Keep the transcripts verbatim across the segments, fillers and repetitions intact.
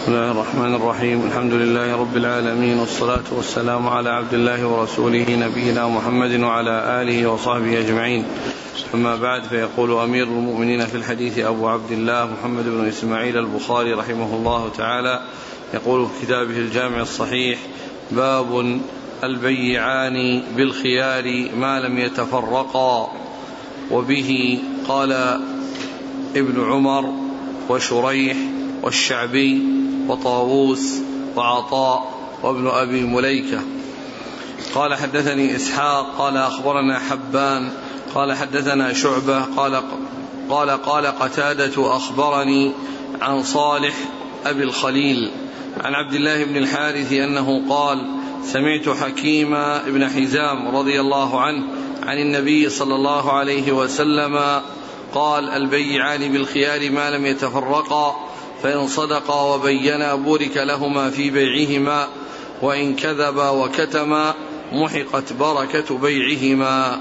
بسم الله الرحمن الرحيم. الحمد لله رب العالمين، والصلاة والسلام على عبد الله ورسوله نبينا محمد وعلى آله وصحبه أجمعين. أما بعد، فيقول أمير المؤمنين في الحديث أبو عبد الله محمد بن إسماعيل البخاري رحمه الله تعالى، يقول في كتابه الجامع الصحيح: باب البيعان بالخيار ما لم يتفرقا. وبه قال ابن عمر وشريح والشعبي وطاووس وعطاء وابن أبي مليكة. قال حدثني إسحاق قال أخبرنا حبان قال حدثنا شعبة قال قال قال قتادة أخبرني عن صالح أبي الخليل عن عبد الله بن الحارث أنه قال: سمعت حكيم بن حزام رضي الله عنه عن النبي صلى الله عليه وسلم قال: البيعان بالخيار ما لم يتفرقا، فإن صدقا وبينا بورك لهما في بيعهما، وإن كذبا وكتما محقت بركة بيعهما.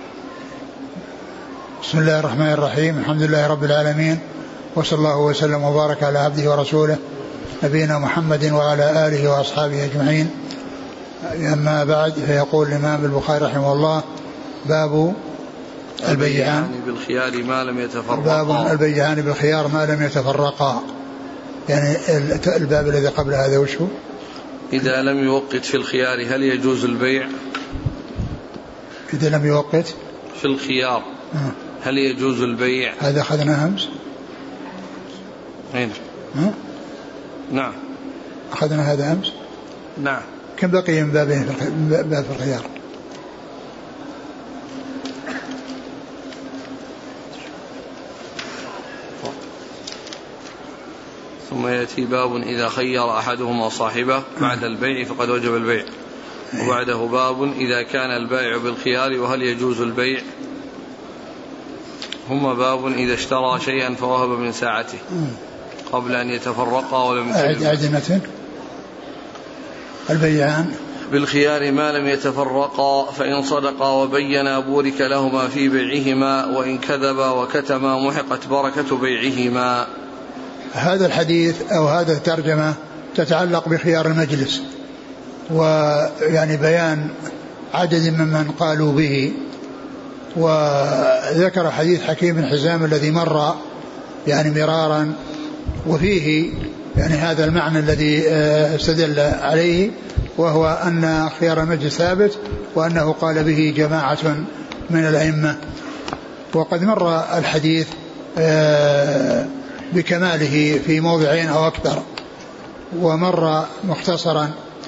بسم الله الرحمن الرحيم. الحمد لله رب العالمين، وصلى الله وسلم وبارك على عبده ورسوله نبينا محمد وعلى آله وأصحابه أجمعين. أما بعد، فيقول الإمام البخاري رحمه الله: باب البيعان بالخيار ما لم يتفرقا. باب البيعان بالخيار ما لم يتفرقا، يعني الباب الذي قبل هذا وش هو؟ إذا لم يوقت في الخيار هل يجوز البيع؟ إذا لم يوقت في الخيار هل يجوز البيع؟ هذا أخذنا أمس. أين؟ نعم أخذنا هذا أمس. نعم. كم بقي من بابين باب في الخيار؟ ثم يأتي باب إذا خير أحدهما صاحبه بعد البيع فقد وجب البيع. وبعده باب إذا كان البائع بالخيار وهل يجوز البيع. هما باب إذا اشترى شيئا فوهب من ساعته قبل أن يتفرقا ولم يتفرقا. البيعان بالخيار ما لم يتفرقا، فإن صدقا وبينا بورك لهما في بيعهما، وإن كذبا وكتما محقت بركة بيعهما. هذا الحديث أو هذا الترجمة تتعلق بخيار المجلس، ويعني بيان عدد ممن قالوا به. وذكر حديث حكيم بن حزام الذي مر يعني مرارا، وفيه يعني هذا المعنى الذي استدل عليه، وهو أن خيار المجلس ثابت، وأنه قال به جماعة من الأئمة. وقد مر الحديث بكماله في موضعين أو أكثر، ومر مختصرا.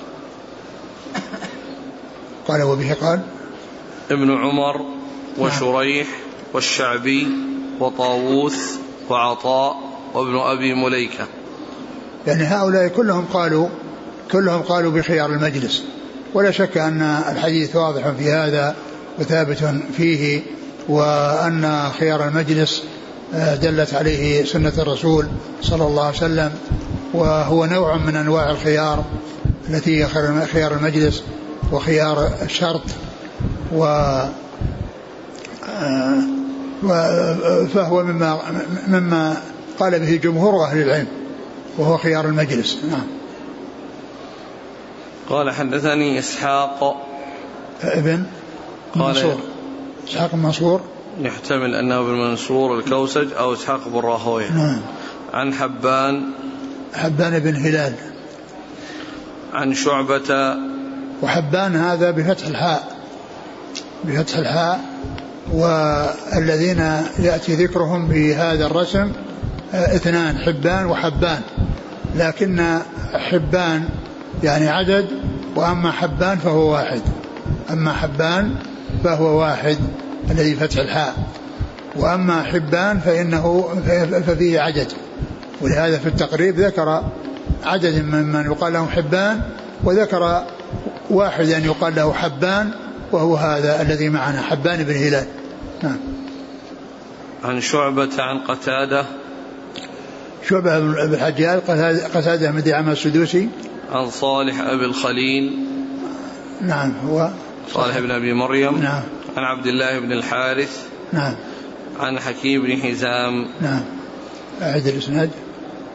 قال وبه قال ابن عمر وشريح والشعبي وطاووس وعطاء وابن أبي مليكة. يعني هؤلاء كلهم قالوا كلهم قالوا بخيار المجلس، ولا شك أن الحديث واضح في هذا وثابت فيه، وأن خيار المجلس دلت عليه سنة الرسول صلى الله عليه وسلم، وهو نوع من أنواع الخيار التي هي خيار المجلس وخيار الشرط، و فهو مما مما قال به جمهور أهل العلم، وهو خيار المجلس. نعم. قال حدثني إسحاق ابن منصور. إسحاق بن منصور يحتمل أنه ابن منصور الكوسج أو إسحاق بن راهويه. نعم. عن حبان حبان بن هلال عن شعبة. وحبان هذا بفتح الحاء بفتح الحاء والذين يأتي ذكرهم بهذا الرسم اثنان، حبان وحبان، لكن حبان يعني عدد، وأما حبان فهو واحد. أما حبان فهو واحد الذي فتح الحاء، وأما حبان فإنه ففيه عدد، ولهذا في التقريب ذكر عدد ممن يقال لهم حبان، وذكر واحدا يقال له حبان، وهو هذا الذي معنا حبان بن هلال. نعم. عن شعبة عن قتادة. شعبة بن الحجاج قتادة بن دعامة السدوسي. عن صالح أبي الخليل. نعم. هو صالح بن أبي مريم. نعم. عن عبد الله بن الحارث. نعم. عن حكيم بن حزام. نعم. أعد الإسناد.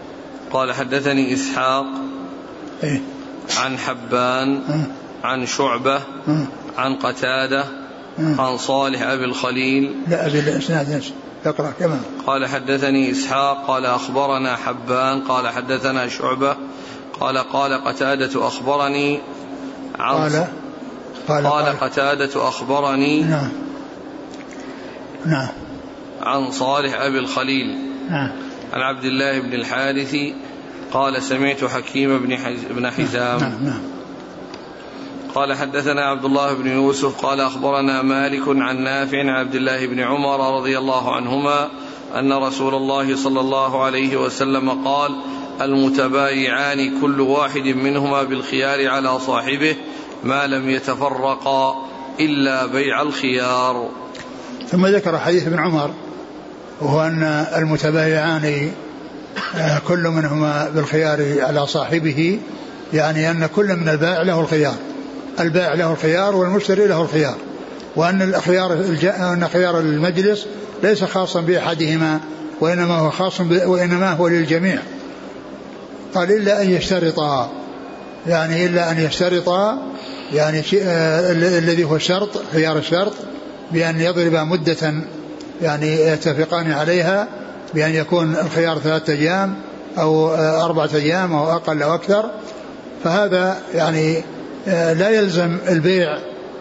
قال حدثني إسحاق إيه؟ عن حبان أه؟ عن شعبة أه؟ عن قتادة أه؟ عن صالح أبي الخليل. لا أبي الإسناد يقرأ كمان. قال حدثني إسحاق قال أخبرنا حبان قال حدثنا شعبة قال قال قتادة أخبرني عن قال قال, قال قتادة أخبرني نعم نعم عن صالح أبي الخليل نعم عن عبد الله بن الحارث قال سمعت حكيم بن بن حزام نعم نعم قال حدثنا عبد الله بن يوسف قال أخبرنا مالك عن نافع عن عبد الله بن عمر رضي الله عنهما أن رسول الله صلى الله عليه وسلم قال المتبايعان كل واحد منهما بالخيار على صاحبه ما لم يتفرقا إلا بيع الخيار. ثم ذكر حديث ابن عمر وهو أن المتبايعان كل منهما بالخيار على صاحبه، يعني أن كل من البائع له الخيار، البائع له الخيار والمشتري له الخيار، وأن الخيار أن خيار المجلس ليس خاصا بأحدهما وإنما هو خاص وإنما هو للجميع. قال إلا أن يشترطا، يعني إلا أن يشترطا يعني آه الذي هو الشرط خيار الشرط بأن يضرب مدة يعني يتفقان عليها بأن يكون الخيار ثلاثة أيام أو آه أربعة أيام أو أقل أو أكثر. فهذا يعني آه لا يلزم البيع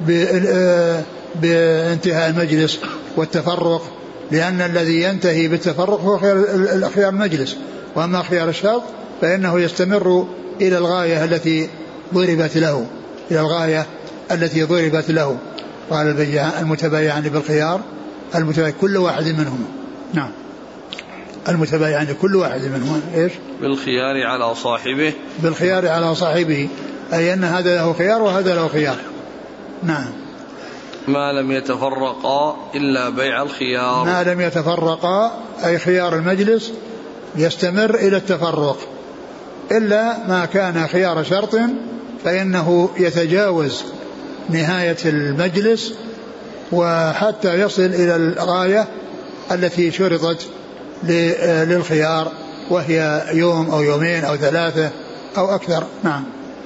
بانتهاء المجلس والتفرق، لأن الذي ينتهي بالتفرق هو خيار المجلس، وأما خيار الشرط فإنه يستمر إلى الغاية التي ضربت له إلى الغاية التي ضربت له. قال المتبايعان بالخيار المتبايع كل واحد منهم نعم المتبايعان كل واحد منهم إيش بالخيار على صاحبه بالخيار على صاحبه، أي أن هذا له خيار وهذا له خيار. نعم ما لم يتفرقا إلا بيع الخيار، ما لم يتفرقا أي خيار المجلس يستمر إلى التفرق، إلا ما كان خيار شرط فإنه يتجاوز نهاية المجلس وحتى يصل إلى الغاية التي شرطت للخيار، وهي يوم أو يومين أو ثلاثة أو أكثر. نعم.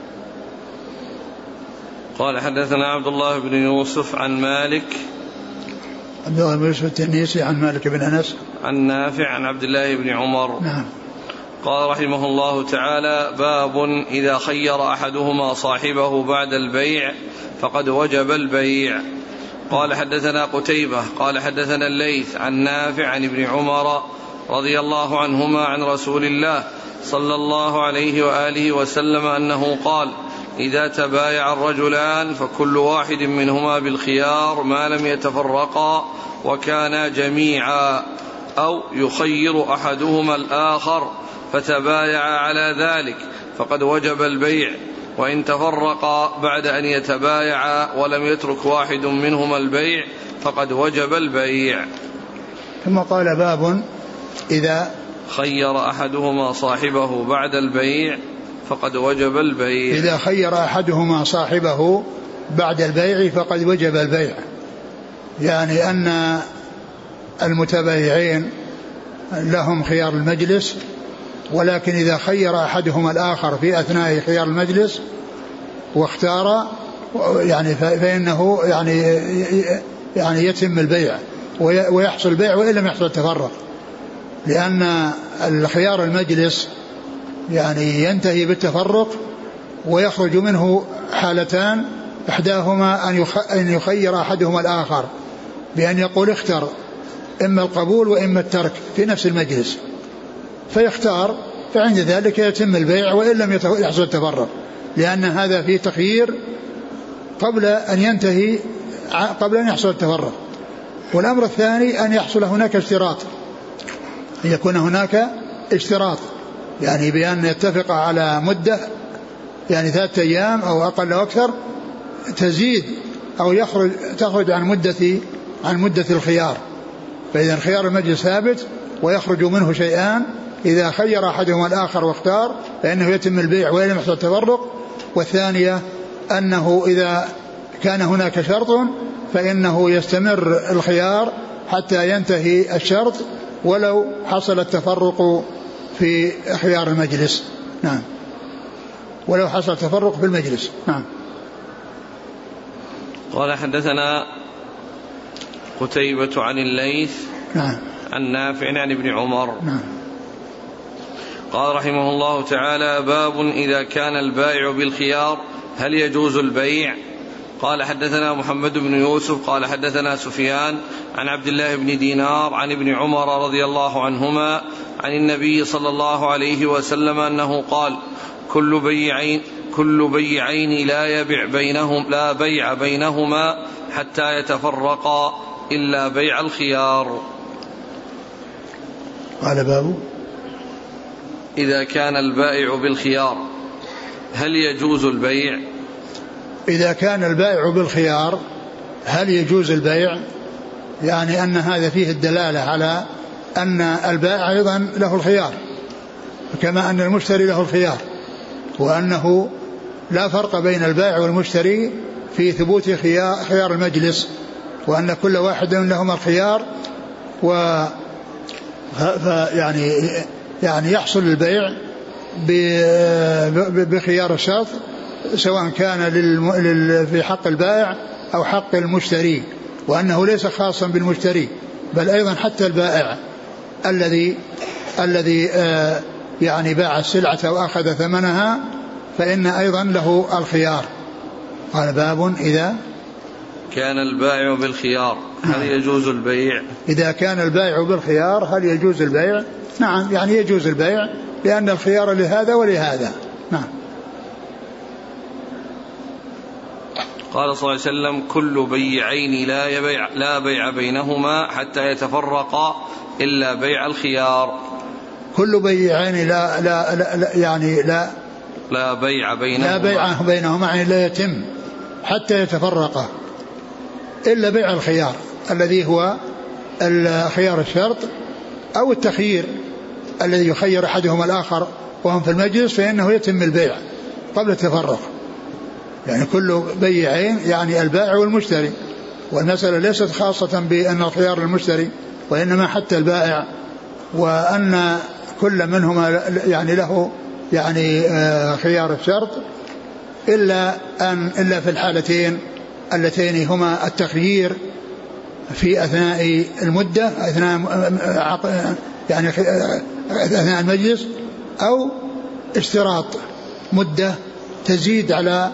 قال حدثنا عبد الله بن يوسف عن مالك عبد الله بن يوسف التنيسي عن مالك بن أنس عن نافع عن عبد الله بن عمر. نعم. قال رحمه الله تعالى باب إذا خير أحدهما صاحبه بعد البيع فقد وجب البيع. قال حدثنا قتيبة قال حدثنا الليث عن نافع عن ابن عمر رضي الله عنهما عن رسول الله صلى الله عليه وآله وسلم أنه قال إذا تبايع الرجلان فكل واحد منهما بالخيار ما لم يتفرقا وكانا جميعا أو يخير أحدهما الآخر فتبايع على ذلك فقد وجب البيع، وإن تفرقا بعد أن يتبايعا ولم يترك واحد منهما البيع فقد وجب البيع. ثم قال باب إذا خير أحدهما صاحبه بعد البيع فقد وجب البيع. إذا خير أحدهما صاحبه بعد البيع فقد وجب البيع، يعني أن المتبايعين لهم خيار المجلس، ولكن إذا خير أحدهما الآخر في أثناء خيار المجلس واختار يعني فإنه يعني يعني يتم البيع ويحصل البيع وإن لم يحصل التفرق، لأن الخيار المجلس يعني ينتهي بالتفرق ويخرج منه حالتان، إحداهما أن يخير أحدهما الآخر بأن يقول اختر إما القبول وإما الترك في نفس المجلس، فيختار، فعند ذلك يتم البيع وإن لم يحصل التفرق، لأن هذا فيه تخيير قبل أن ينتهي قبل أن يحصل التفرق. والأمر الثاني أن يحصل هناك اشتراط، أن يكون هناك اشتراط يعني بأن يتفق على مدة يعني ثلاثة أيام أو أقل أو أكثر تزيد أو يخرج تخرج عن مدة عن مدة الخيار. فإذا خيار المجلس ثابت ويخرج منه شيئان، إذا خير أحدهما الآخر واختار فإنه يتم البيع وإن لم يحصل التفرق. والثانية أنه إذا كان هناك شرط فإنه يستمر الخيار حتى ينتهي الشرط ولو حصل التفرق في في خيار المجلس. نعم. ولو حصل تفرق في المجلس. نعم. قال حدثنا قتيبة عن الليث نعم. عن نافع عن ابن عمر. نعم. قال رحمه الله تعالى: باب إذا كان البائع بالخيار هل يجوز البيع؟ قال حدثنا محمد بن يوسف قال حدثنا سفيان عن عبد الله بن دينار عن ابن عمر رضي الله عنهما عن النبي صلى الله عليه وسلم أنه قال: كل بيعين كل بيعين لا يبيع بينهم لا بيع بينهما حتى يتفرقا إلا بيع الخيار. قال: باب إذا كان البائع بالخيار هل يجوز البيع؟ إذا كان البائع بالخيار هل يجوز البيع؟ يعني أن هذا فيه الدلالة على أن البائع أيضا له الخيار، كما أن المشتري له الخيار، وأنه لا فرق بين البائع والمشتري في ثبوت خيار المجلس، وأن كل واحد لهما الخيار، و يعني يعني يحصل البيع بخيار الشرط، سواء كان في حق البائع أو حق المشتري، وأنه ليس خاصا بالمشتري بل أيضا حتى البائع الذي الذي يعني باع السلعة وأخذ ثمنها فإن أيضا له الخيار. قال: باب إذا كان البائع بالخيار هل يجوز البيع؟ إذا كان البائع بالخيار هل يجوز البيع؟ نعم، يعني يجوز البيع لأن الخيار لهذا ولهذا. نعم. قال صلى الله عليه وسلم: كل بيعين لا يبيع لا بيع بينهما حتى يتفرقا إلا بيع الخيار. كل بيعين لا, لا, لا, لا يعني لا لا بيع بينهما لا بيع بينهما يعني لا يتم حتى يتفرقا إلا بيع الخيار الذي هو خيار الشرط أو التخيير الذي يخير أحدهما الآخر وهم في المجلس، فإنه يتم البيع قبل التفرق. يعني كل بيعين يعني البائع والمشتري، والمسألة ليست خاصة بأن الخيار للمشتري وإنما حتى البائع، وأن كل منهما يعني له يعني خيار الشرط إلا أن إلا في الحالتين اللتين هما التخيير في أثناء المدة أثناء يعني أثناء المجلس، أو اشتراط مدة تزيد على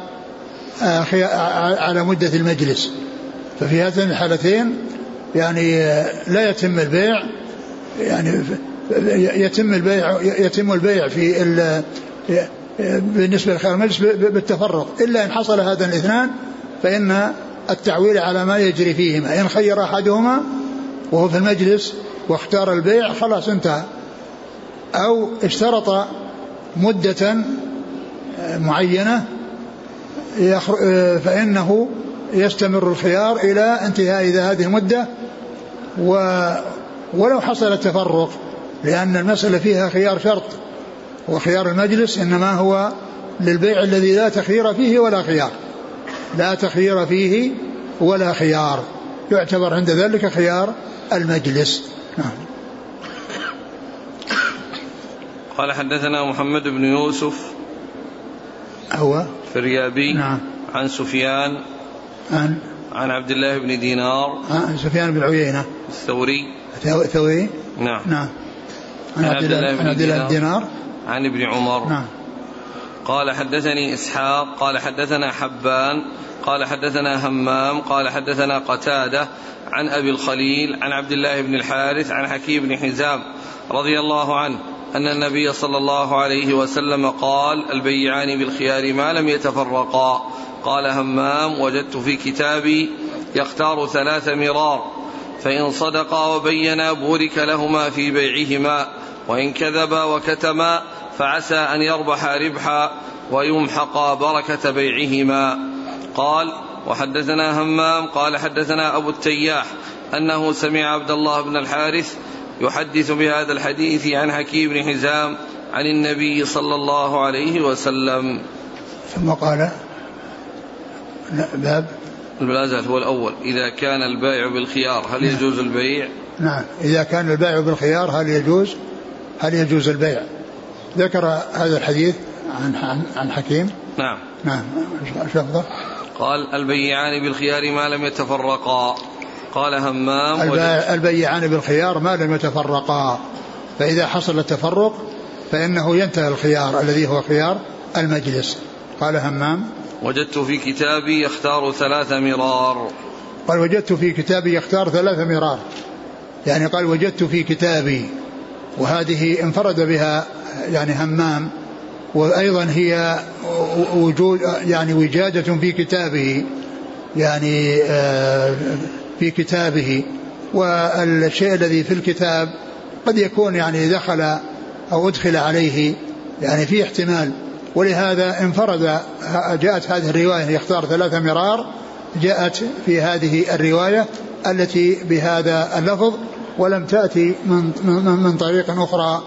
على مدة المجلس. ففي هاتين الحالتين يعني لا يتم البيع، يعني يتم البيع يتم البيع في بالنسبة لخيار المجلس بالتفرق، إلا إن حصل هذا الاثنان فإن التعويل على ما يجري فيهما. إن خير أحدهما وهو في المجلس واختار البيع خلاص انتهى، أو اشترط مدة معينة فإنه يستمر الخيار إلى انتهاء هذه المدة، ولو حصل التفرق، لأن المسألة فيها خيار شرط، وخيار المجلس إنما هو للبيع الذي لا تخيير فيه ولا خيار لا تخيير فيه ولا خيار، يعتبر عند ذلك خيار المجلس. نعم. قال حدثنا محمد بن يوسف هو فريابي. نعم. عن سفيان عن عن عبد الله بن دينار عن سفيان بن عيينة الثوري ثوري نعم نعم عن عبد الله بن دينار, دينار عن ابن عمر. نعم. قال حدثني إسحاق قال حدثنا حبان قال حدثنا همام قال حدثنا قتادة عن أبي الخليل عن عبد الله بن الحارث عن حكيم بن حزام رضي الله عنه أن النبي صلى الله عليه وسلم قال: البيعان بالخيار ما لم يتفرقا. قال همام: وجدت في كتابي يختار ثلاث مرار، فإن صدقا وبينا بورك لهما في بيعهما، وإن كذبا وكتما فعسى أن يربح ربحا ويمحق بركة بيعهما. قال: وحدثنا همام قال حدثنا أبو التياح أنه سمع عبد الله بن الحارث يحدث بهذا الحديث عن حكيم بن حزام عن النبي صلى الله عليه وسلم. ثم قال: باب البلازل هو الأول: إذا كان البائع بالخيار هل يجوز البيع؟ نعم. إذا كان البائع بالخيار هل يجوز هل يجوز البيع؟ ذكر هذا الحديث عن عن, عن حكيم. نعم نعم شفظه. قال البيعان بالخيار ما لم يتفرقا. قال همام البيعان بالخيار ما لم يتفرقا، فإذا حصل التفرق فإنه ينتهي الخيار الذي هو خيار المجلس. قال همام وجدت في كتابي يختار ثلاث مرار. قال وجدت في كتابي يختار ثلاث مرار، يعني قال وجدت في كتابي، وهذه انفرد بها يعني همام، وأيضا هي وجود يعني وجادة في كتابه، يعني في كتابه. والشيء الذي في الكتاب قد يكون يعني دخل أو أدخل عليه، يعني في احتمال، ولهذا انفرد. جاءت هذه الرواية يختار ثلاث مرار، جاءت في هذه الرواية التي بهذا اللفظ، ولم تأتي من, من, من طريق أخرى،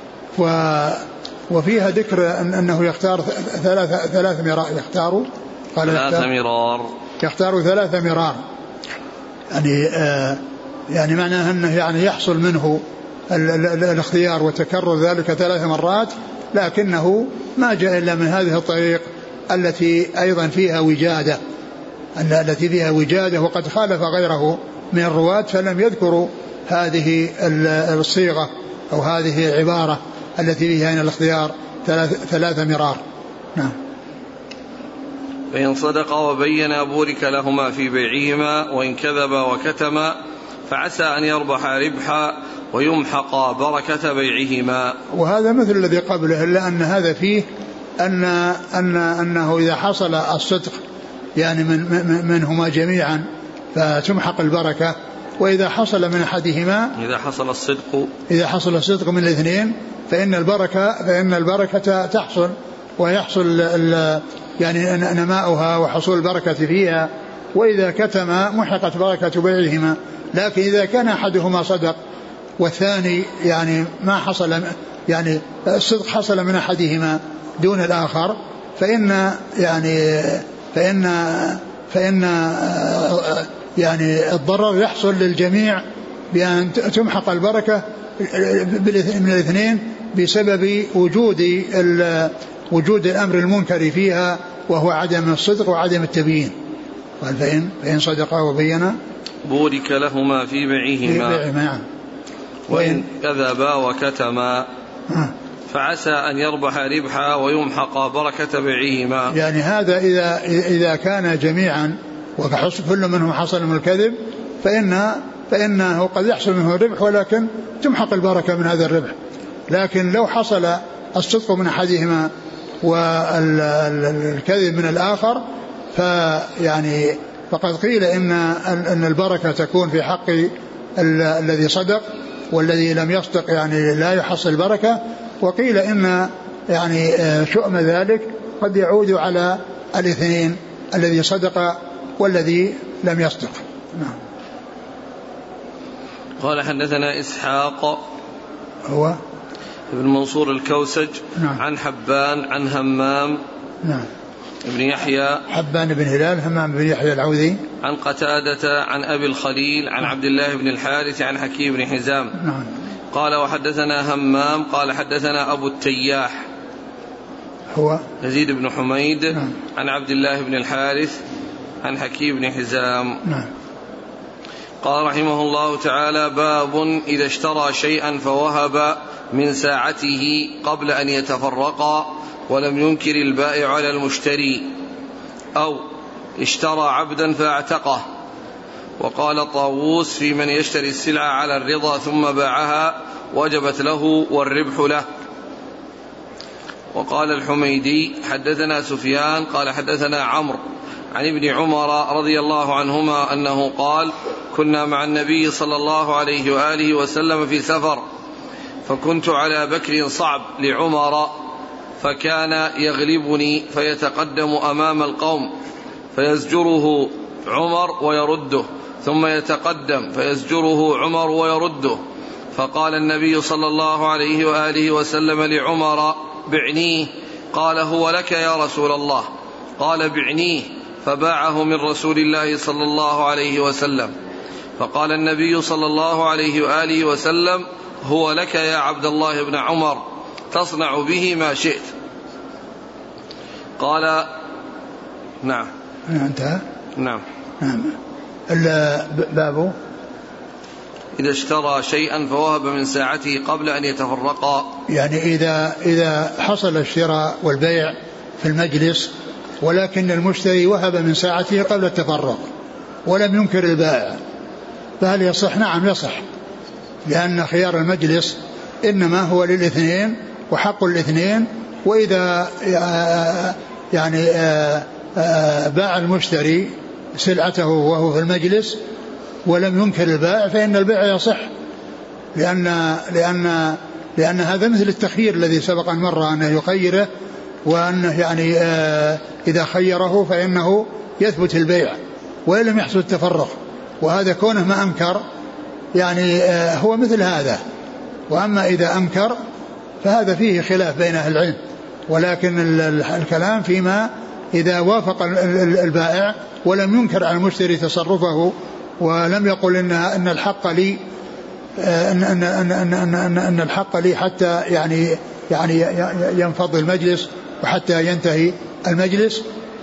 وفيها ذكر أنه يختار ثلاث, ثلاث مرار. يختار قال ثلاث مرار يختار ثلاث مرار، يعني آه يعني معناه أنه يعني يحصل منه الاختيار وتكرر ذلك ثلاث مرات، لكنه ما جاء إلا من هذه الطريق التي أيضا فيها وجادة، التي فيها وجادة وقد خالف غيره من الرواة فلم يذكروا هذه الصيغة أو هذه العبارة التي فيها هنا الاختيار ثلاث, ثلاث مرار. نعم. فإن صدقا وبينا بورك لهما في بيعهما، وإن كذبا وكتما فعسى أن يربح ربحا ويمحق بركة بيعهما. وهذا مثل الذي قبله، إلا أن هذا فيه أن أن أنه إذا حصل الصدق يعني من منهما جميعا فتمحق البركة، وإذا حصل من أحدهما إذا حصل الصدق إذا حصل الصدق من الاثنين فإن البركة فإن البركة تحصل، ويحصل يعني نماؤها وحصول البركة فيها. وإذا كتم محقت بركة بيعهما. لكن إذا كان أحدهما صدق والثاني يعني ما حصل، يعني الصدق حصل من أحدهما دون الآخر، فإن يعني فإن فإن يعني الضرر يحصل للجميع بأن تمحق البركة من الاثنين بسبب وجود وجود الأمر المنكر فيها، وهو عدم الصدق وعدم التبيين. قال فإن فإن صدقا وبينا بورك لهما في بيعهما، وإن كذبا وكتما فعسى أن يربح ربحا ويمحق بركة بيعهما. يعني هذا إذا إذا كان جميعا وكل منهم حصل من الكذب فإن فإنه قد يحصل منه الربح، ولكن تمحق البركة من هذا الربح. لكن لو حصل الصدق من أحدهما والكذب من الآخر فيعني فقد قيل إن أن البركة تكون في حق الذي صدق، والذي لم يصدق يعني لا يحصل البركة. وقيل إن يعني شؤم ذلك قد يعود على الاثنين، الذي صدق والذي لم يصدق. نعم. قال حدثنا إسحاق هو ابن منصور الكوسج. نعم. عن حبان عن همام. نعم. ابن يحيى حبان بن هلال همام بن يحيى العوذي. عن قتادة عن أبي الخليل عن عبد الله بن الحارث عن حكيم بن حزام. نعم. قال وحدثنا همام قال حدثنا أبو التياح هو يزيد بن حميد. نعم. عن عبد الله بن الحارث عن حكيم بن حزام. نعم. قال رحمه الله تعالى باب إذا اشترى شيئا فوهب من ساعته قبل أن يتفرقا ولم ينكر البائع على المشتري، أو اشترى عبدا فاعتقه. وقال طاووس في من يشتري السلعة على الرضا ثم باعها وجبت له والربح له. وقال الحميدي حدثنا سفيان قال حدثنا عمرو عن ابن عمر رضي الله عنهما أنه قال كنا مع النبي صلى الله عليه وآله وسلم في سفر، فكنت على بكر صعب لعمر، فكان يغلبني فيتقدم أمام القوم فيزجره عمر ويرده، ثم يتقدم فيزجره عمر ويرده. فقال النبي صلى الله عليه وآله وسلم لعمر بعنيه، قال هو لك يا رسول الله، قال بعنيه، فباعه من رسول الله صلى الله عليه وسلم. فقال النبي صلى الله عليه وآله وسلم هو لك يا عبد الله بن عمر، تصنع به ما شئت. قال نعم. انتهى. نعم. نعم. بابه إذا اشترى شيئا فوهب من ساعته قبل أن يتفرقا، يعني إذا إذا حصل الشراء والبيع في المجلس ولكن المشتري وهب من ساعته قبل التفرق ولم ينكر البائع، فهل يصح؟ نعم يصح، لأن خيار المجلس إنما هو للاثنين وحق الاثنين. وإذا يعني باع المشتري سلعته وهو في المجلس ولم ينكر البائع فإن البيع يصح، لأن لأن لأن هذا مثل التخيير الذي سبق أن مر أنه يخيره، وأنه يعني إذا خيره فإنه يثبت البيع وإن لم يحصل التفرق، وهذا كونه ما أنكر يعني هو مثل هذا. وأما إذا أنكر فهذا فيه خلاف بين أهل العلم، ولكن الكلام فيما إذا وافق البائع ولم ينكر على المشتري تصرفه ولم يقل إن أن الحق لي أن أن أن أن أن, أن الحق لي حتى يعني يعني ينفض المجلس وحتى ينتهي المجلس،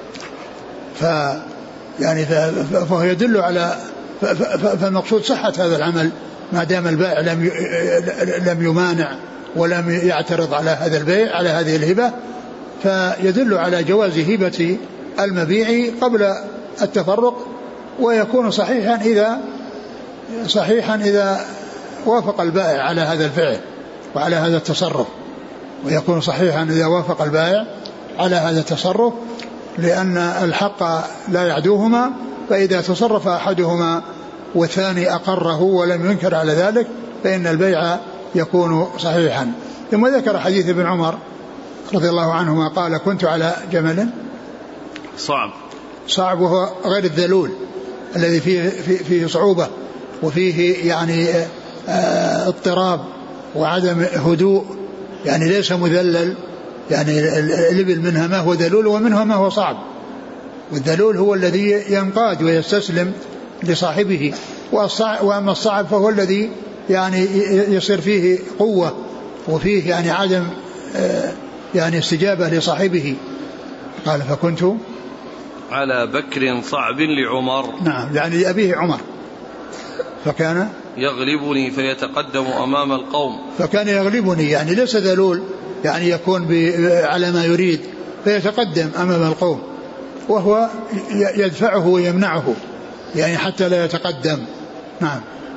ف يعني فهو يدل على فالمقصود صحة هذا العمل ما دام البائع لم لم يمانع ولم يعترض على هذا البيع على هذه الهبة، فيدل على جواز هبة المبيع قبل التفرق، ويكون صحيحا إذا صحيحا إذا وافق البائع على هذا الفعل وعلى هذا التصرف، ويكون صحيحا إذا وافق البائع على هذا التصرف، لأن الحق لا يعدوهما، فإذا تصرف أحدهما والثاني أقره ولم ينكر على ذلك فإن البيع يكون صحيحا. ثم ذكر حديث ابن عمر رضي الله عنهما قال كنت على جمل صعب صعب وهو غير الذلول الذي فيه, فيه صعوبة وفيه يعني اضطراب وعدم هدوء، يعني ليس مذلل، يعني الإبل منها ما هو ذلول ومنها ما هو صعب، والذلول هو الذي ينقاد ويستسلم لصاحبه، وأما الصعب فهو الذي يعني يصير فيه قوة وفيه يعني عدم يعني استجابة لصاحبه. قال فكنت على بكر صعب لعمر، نعم يعني لأبيه عمر، فكان يغلبني فيتقدم أمام القوم، فكان يغلبني يعني ليس ذلول، يعني يكون على ما يريد فيتقدم أمام القوم وهو يدفعه ويمنعه يعني حتى لا يتقدم. نعم.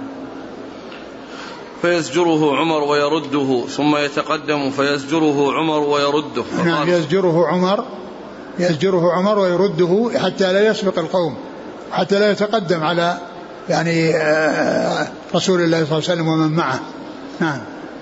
فيزجره عمر ويرده ثم يتقدم فيزجره عمر ويرده. نعم يزجره عمر يزجره عمر ويرده حتى لا يسبق القوم، حتى لا يتقدم على يعني رسول الله صلى الله عليه وسلم ومن معه. نعم.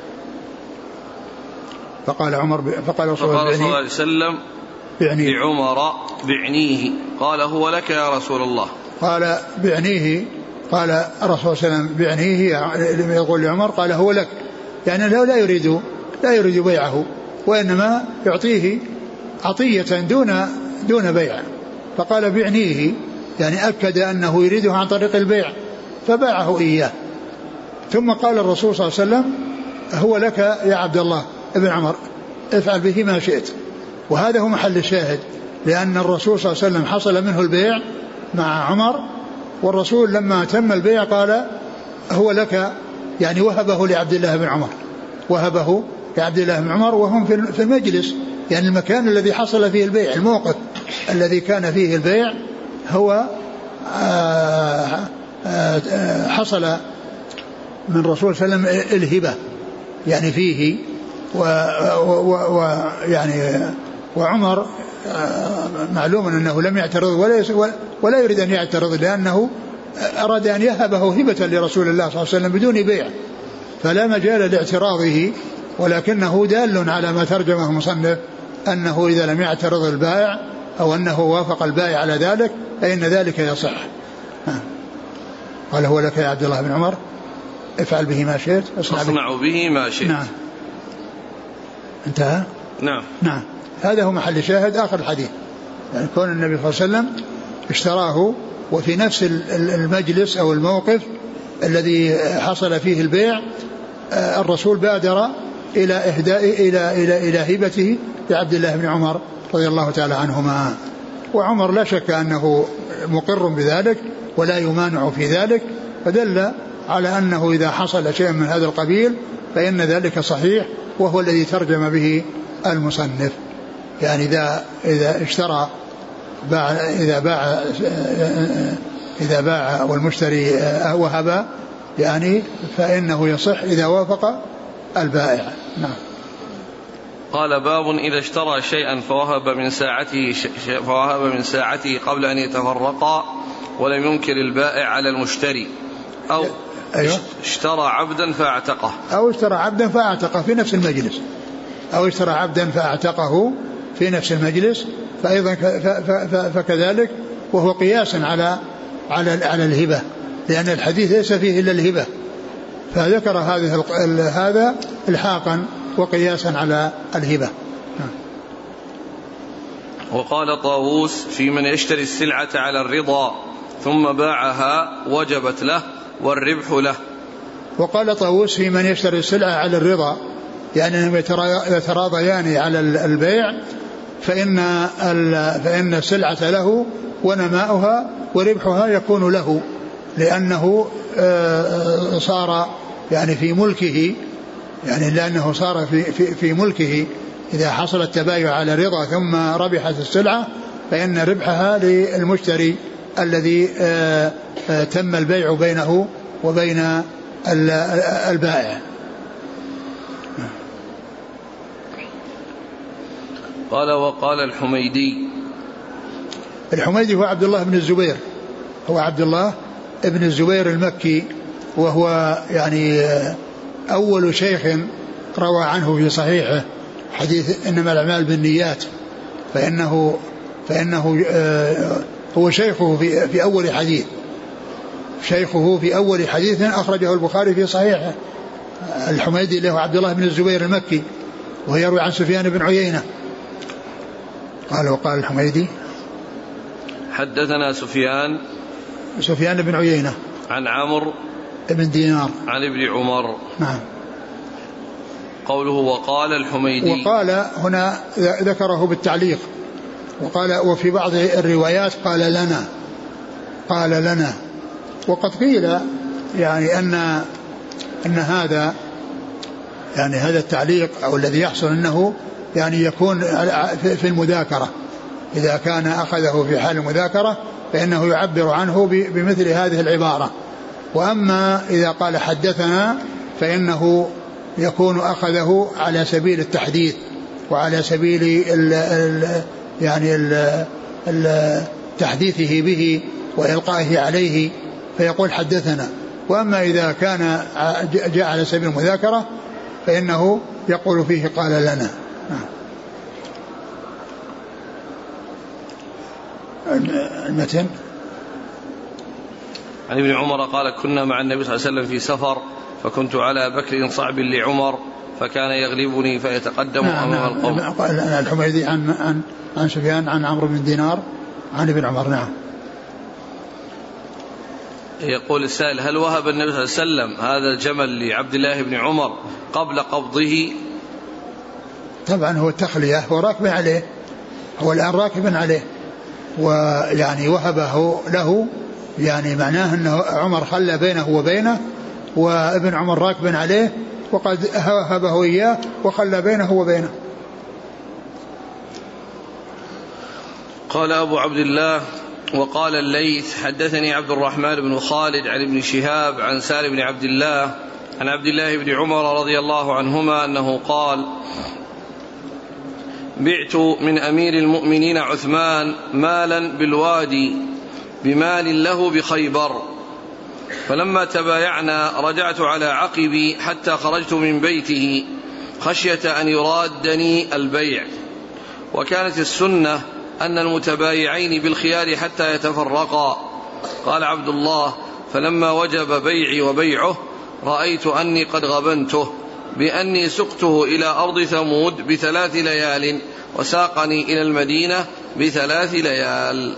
فقال عمر ب... فقال رسول الله صلى الله عليه وسلم بعنيه. لعمر بعنيه، قال هو لك يا رسول الله. قال بعنيه، قال الرسول صلى الله عليه وسلم بعنيه لما يقول لعمر قال هو لك، يعني لا يريد لا يريد بيعه وإنما يعطيه عطية دون دون بيع، فقال بعنيه يعني أكد أنه يريده عن طريق البيع فباعه إياه. ثم قال الرسول صلى الله عليه وسلم هو لك يا عبد الله ابن عمر افعل به ما شئت. وهذا هو محل الشاهد، لأن الرسول صلى الله عليه وسلم حصل منه البيع مع عمر، والرسول لما تم البيع قال هو لك، يعني وهبه لعبد الله بن عمر، وهبه لعبد الله بن عمر وهم في المجلس، يعني المكان الذي حصل فيه البيع، الموقف الذي كان فيه البيع هو حصل من الرسول صلى الله عليه وسلم الهبة يعني فيه، ويعني وعمر معلوم أنه لم يعترض ولا ولا يريد أن يعترض، لأنه أراد أن يهبه هبة لرسول الله صلى الله عليه وسلم بدون بيع، فلا مجال لاعتراضه، ولكنه دال على ما ترجمه المصنف أنه إذا لم يعترض البائع أو أنه وافق البائع على ذلك فإن ذلك يصح. قال هو لك يا عبد الله بن عمر افعل به ما شئت، اصنع به ما شئت. نعم. انتهى. نعم. نعم. هذا هو محل شاهد آخر الحديث، يعني كون النبي صلى الله عليه وسلم اشتراه وفي نفس المجلس أو الموقف الذي حصل فيه البيع الرسول بادر إلى إهداء إلى إلى إلى هبته لعبد الله بن عمر رضي الله تعالى عنهما. وعمر لا شك أنه مقر بذلك ولا يمانع في ذلك، فدل على أنه إذا حصل شيء من هذا القبيل فإن ذلك صحيح، وهو الذي ترجم به المصنف. يعني إذا إذا اشترى باع إذا باع إذا باع والمشتري وهب يعني فإنه يصح إذا وافق البائع. نعم. قال: باب إذا اشترى شيئا فوهب من ساعته فوهب من ساعته قبل أن يتفرقا ولم ينكر البائع على المشتري، أو أيوة. اشترى عبدا فاعتقه أو اشترى عبدا فاعتقه في نفس المجلس أو اشترى عبدا فاعتقه في نفس المجلس فأيضا فكذلك، وهو قياس على على على الهبة، لأن الحديث ليس فيه إلا الهبة، فذكر هذه هذا الحاقا وقياسا على الهبة. وقال طاووس: في من يشتري السلعة على الرضا ثم باعها وجبت له والربح له. وقال طاووس: في من يشتري السلعة على الرضا، يعني أنهم يتراضيان على البيع فإن فإن السلعة له ونماؤها وربحها يكون له، لأنه صار يعني في ملكه، يعني لأنه صار في, في, في ملكه. إذا حصل التبايع على رضا ثم ربحت السلعة فإن ربحها للمشتري الذي تم البيع بينه وبين البائع. قال: وقال الحميدي. الحميدي هو عبد الله بن الزبير هو عبد الله بن الزبير المكي، وهو يعني أول شيخ روى عنه في صحيحه حديث إنما الأعمال بالنيات، فإنه فإنه هو شيخه في في أول حديث شيخه في أول حديث أخرجه البخاري في صحيحه. الحميدي له عبد الله بن الزبير المكي، ويروي عن سفيان بن عيينة. قال: وقال الحميدي: حدثنا سفيان سفيان بن عيينة عن عمرو بن دينار عن ابن عمر. نعم. قوله وقال الحميدي، وقال هنا ذكره بالتعليق، وقال وفي بعض الروايات قال لنا قال لنا وقد قيل يعني أن أن هذا يعني هذا التعليق أو الذي يحصل أنه يعني يكون في المذاكرة، إذا كان أخذه في حال المذاكرة فإنه يعبر عنه بمثل هذه العبارة، وأما إذا قال حدثنا فإنه يكون أخذه على سبيل التحديث وعلى سبيل ال ال يعني ال ال تحديثه به وإلقائه عليه فيقول حدثنا. وأما إذا كان جاء على سبيل المذاكرة فإنه يقول فيه قال لنا. المتن عن ابن عمر قال: كنا مع النبي صلى الله عليه وسلم في سفر فكنت على بكر صعب لعمر فكان يغلبني فيتقدم نعم أمام القوم. الحميدي عن عن عن سفيان عن عمرو بن دينار عن ابن عمر. نعم. يقول السائل: هل وهب النبي صلى الله عليه وسلم هذا الجمل لعبد الله بن عمر قبل قبضه؟ طبعا هو التخلية، هو راكب عليه، هو الآن راكب عليه، ويعني وهبه له، يعني معناه أنه عمر خلى بينه وبينه، وابن عمر راكب عليه وقد وهبه إياه وخلى بينه وبينه. قال أبو عبد الله: وقال الليث حدثني عبد الرحمن بن خالد عن ابن شهاب عن سالم بن عبد الله عن عبد الله بن عمر رضي الله عنهما أنه قال: بعت من أمير المؤمنين عثمان مالا بالوادي بمال له بخيبر، فلما تبايعنا رجعت على عقبي حتى خرجت من بيته خشية أن يرادني البيع، وكانت السنة أن المتبايعين بالخيار حتى يتفرقا. قال عبد الله: فلما وجب بيعي وبيعه رأيت أني قد غبنته بأني سقته إلى أرض ثمود بثلاث ليال وساقني إلى المدينة بثلاث ليال.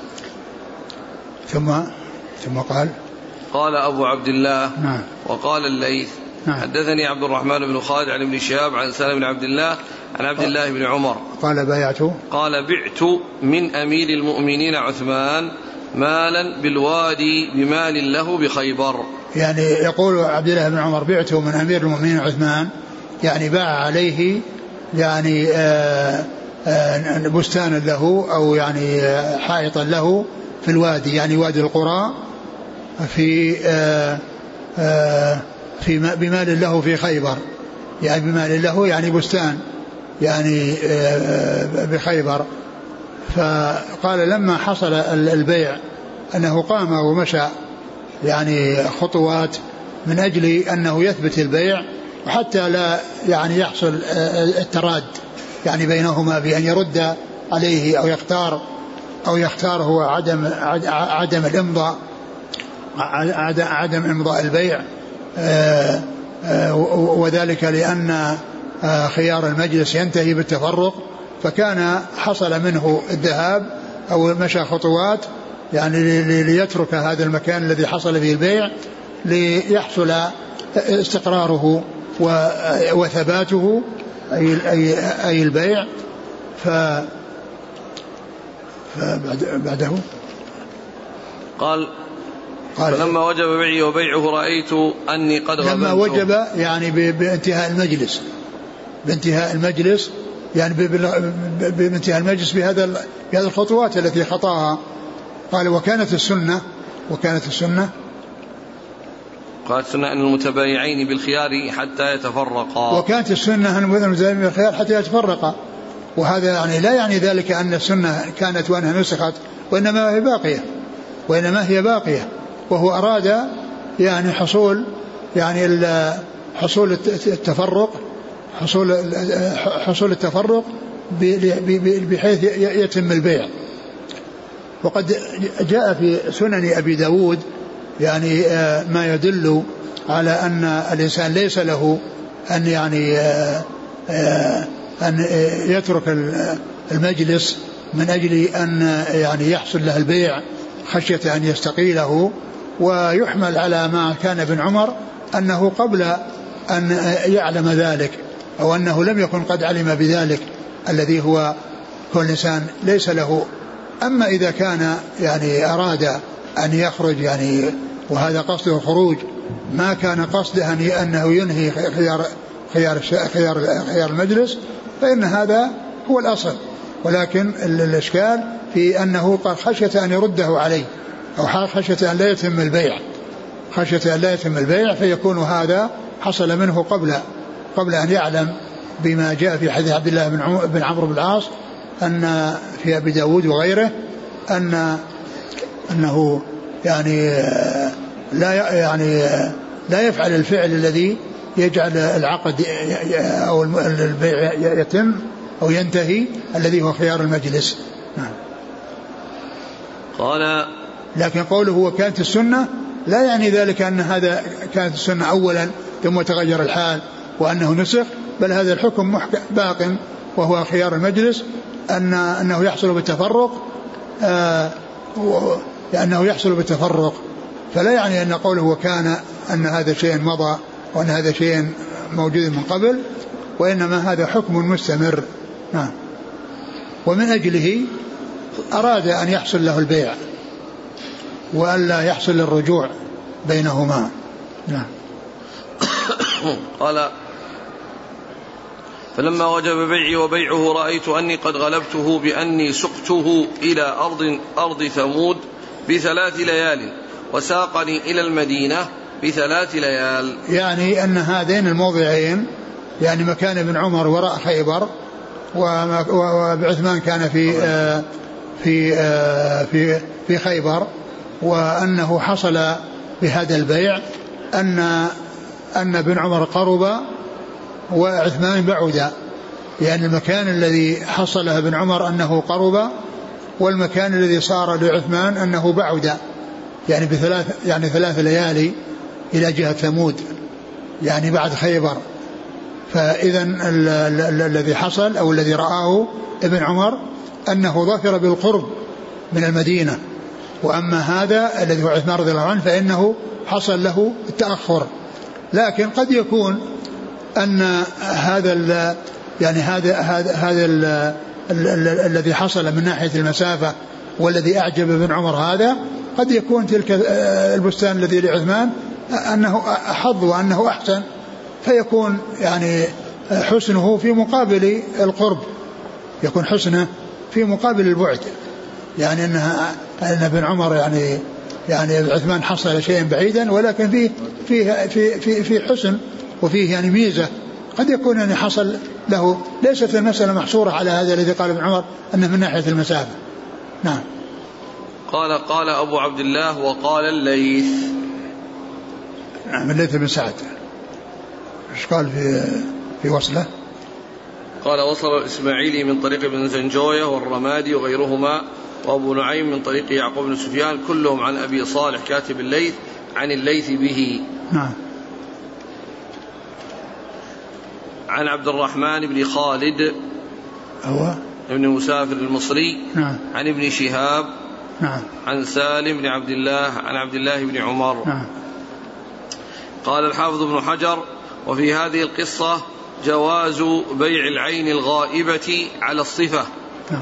ثم ثم قال قال أبو عبد الله: نعم. وقال الليث: نعم. حدثني عبد الرحمن بن خالد عن ابن شهاب عن سالم بن عبد الله عن عبد الله بن عمر قال بايعته قال بعت من أمير المؤمنين عثمان مالا بالوادي بمال له بخيبر. يعني يقول عبد الله بن عمر بعته من أمير المؤمنين عثمان، يعني باع عليه يعني آآ آآ بستانا له أو يعني حائطا له في الوادي، يعني وادي القرى، في آآ آآ في بمال له في خيبر، يعني بمال له يعني بستان يعني بخيبر. فقال لما حصل البيع أنه قام ومشى يعني خطوات من أجل أنه يثبت البيع، وحتى لا يعني يحصل التراد يعني بينهما بأن يرد عليه أو يختار أو يختار هو عدم عدم الإمضاء عدم إمضاء البيع، وذلك لأن خيار المجلس ينتهي بالتفرق، فكان حصل منه الذهاب أو مشى خطوات يعني ليترك هذا المكان الذي حصل فيه البيع ليحصل استقراره وثباته أي البيع. ف فبعده قال فلما وجب بيعي وبيعه رأيت أني قد غبنت. لما وجب يعني بانتهاء المجلس بانتهاء المجلس يعني بانتهاء المجلس بهذا بهذه الخطوات التي خطاها. قال وكانت السنة وكانت السنة قالت السنة أن المتبايعين بالخيار حتى يتفرقا وكانت السنة أن المتبايعين بالخيار حتى يتفرقا. وهذا يعني لا يعني ذلك أن السنة كانت وأنها نسخت، وإنما هي باقية وإنما هي باقية وهو أراد يعني حصول يعني حصول التفرق حصول حصول التفرق بحيث يتم البيع. وقد جاء في سنن أبي داود يعني ما يدل على أن الإنسان ليس له أن يعني أن يترك المجلس من أجل أن يعني يحصل له البيع خشية أن يستقيله. ويحمل على ما كان ابن عمر أنه قبل أن يعلم ذلك أو أنه لم يكن قد علم بذلك الذي هو كل إنسان ليس له. أما إذا كان يعني أراد أن يخرج يعني وهذا قصده الخروج ما كان قصده أنه ينهي خيار خيار خيار خيار المجلس فإن هذا هو الأصل. ولكن الإشكال في أنه قال خشية أن يرده عليه أو خشية أن لا يتم البيع خشية أن لا يتم البيع فيكون هذا حصل منه قبل قبل أن يعلم بما جاء في حديث عبد الله بن عمرو بن العاص أن في أبي داود وغيره أن أنه يعني لا يعني لا يفعل الفعل الذي يجعل العقد أو البيع يتم أو ينتهي الذي هو خيار المجلس. قال لكن قوله وكانت السنة لا يعني ذلك أن هذا كانت السنة أولا ثم تغير الحال وأنه نسخ، بل هذا الحكم باق وهو خيار المجلس أن أنه يحصل بالتفرق آه لأنه يحصل بالتفرق. فلا يعني أن قوله وكان أن هذا شيء مضى وأن هذا شيء موجود من قبل، وإنما هذا حكم مستمر. نعم. ومن أجله أراد أن يحصل له البيع وألا يحصل الرجوع بينهما. نعم. قال فلما وجب بيعي وبيعه رأيت أني قد غلبته بأني سقته إلى أرض أرض ثمود بثلاث ليال وساقني إلى المدينة بثلاث ليال. يعني أن هذين الموضعين يعني مكان ابن عمر وراء خيبر وعثمان كان في في في في خيبر، وأنه حصل بهذا البيع أن أن ابن عمر قرب وعثمان بعد، يعني المكان الذي حصله ابن عمر أنه قرب والمكان الذي صار لعثمان أنه بعد، يعني بثلاث يعني ثلاث ليالي إلى جهة ثمود يعني بعد خيبر. فإذا الذي حصل أو الذي رآه ابن عمر أنه ظفر بالقرب من المدينة، وأما هذا الذي هو عثمان رضي الله عنه فإنه حصل له التأخر لكن قد يكون أن هذا ال يعني هذا هذا هذا الذي حصل من ناحية المسافة والذي أعجب ابن عمر هذا قد يكون تلك البستان الذي لعثمان أنه أحظ وأنه أحسن، فيكون يعني حسنه في مقابل القرب، يكون حسنه في مقابل البعد، يعني أنها أن ابن عمر يعني يعني عثمان حصل شيئا بعيدا ولكن فيه فيه في في في حسن وفيه يعني ميزة قد يكون يعني حصل له. ليست المسألة محصورة على هذا الذي قال ابن عمر أنه من ناحية المسافة. نعم. قال قال أبو عبد الله وقال الليث. نعم الليث بن سعد. ايش قال في في وصله؟ قال وصل الإسماعيلي من طريق ابن زنجوية والرمادي وغيرهما وأبو نعيم من طريق يعقوب بن سفيان كلهم عن أبي صالح كاتب الليث عن الليث به. نعم. عن عبد الرحمن بن خالد هو ابن مسافر المصري. نعم. عن ابن شهاب. نعم. عن سالم بن عبد الله عن عبد الله بن عمر. نعم. قال الحافظ ابن حجر وفي هذه القصة جواز بيع العين الغائبة على الصفة. نعم.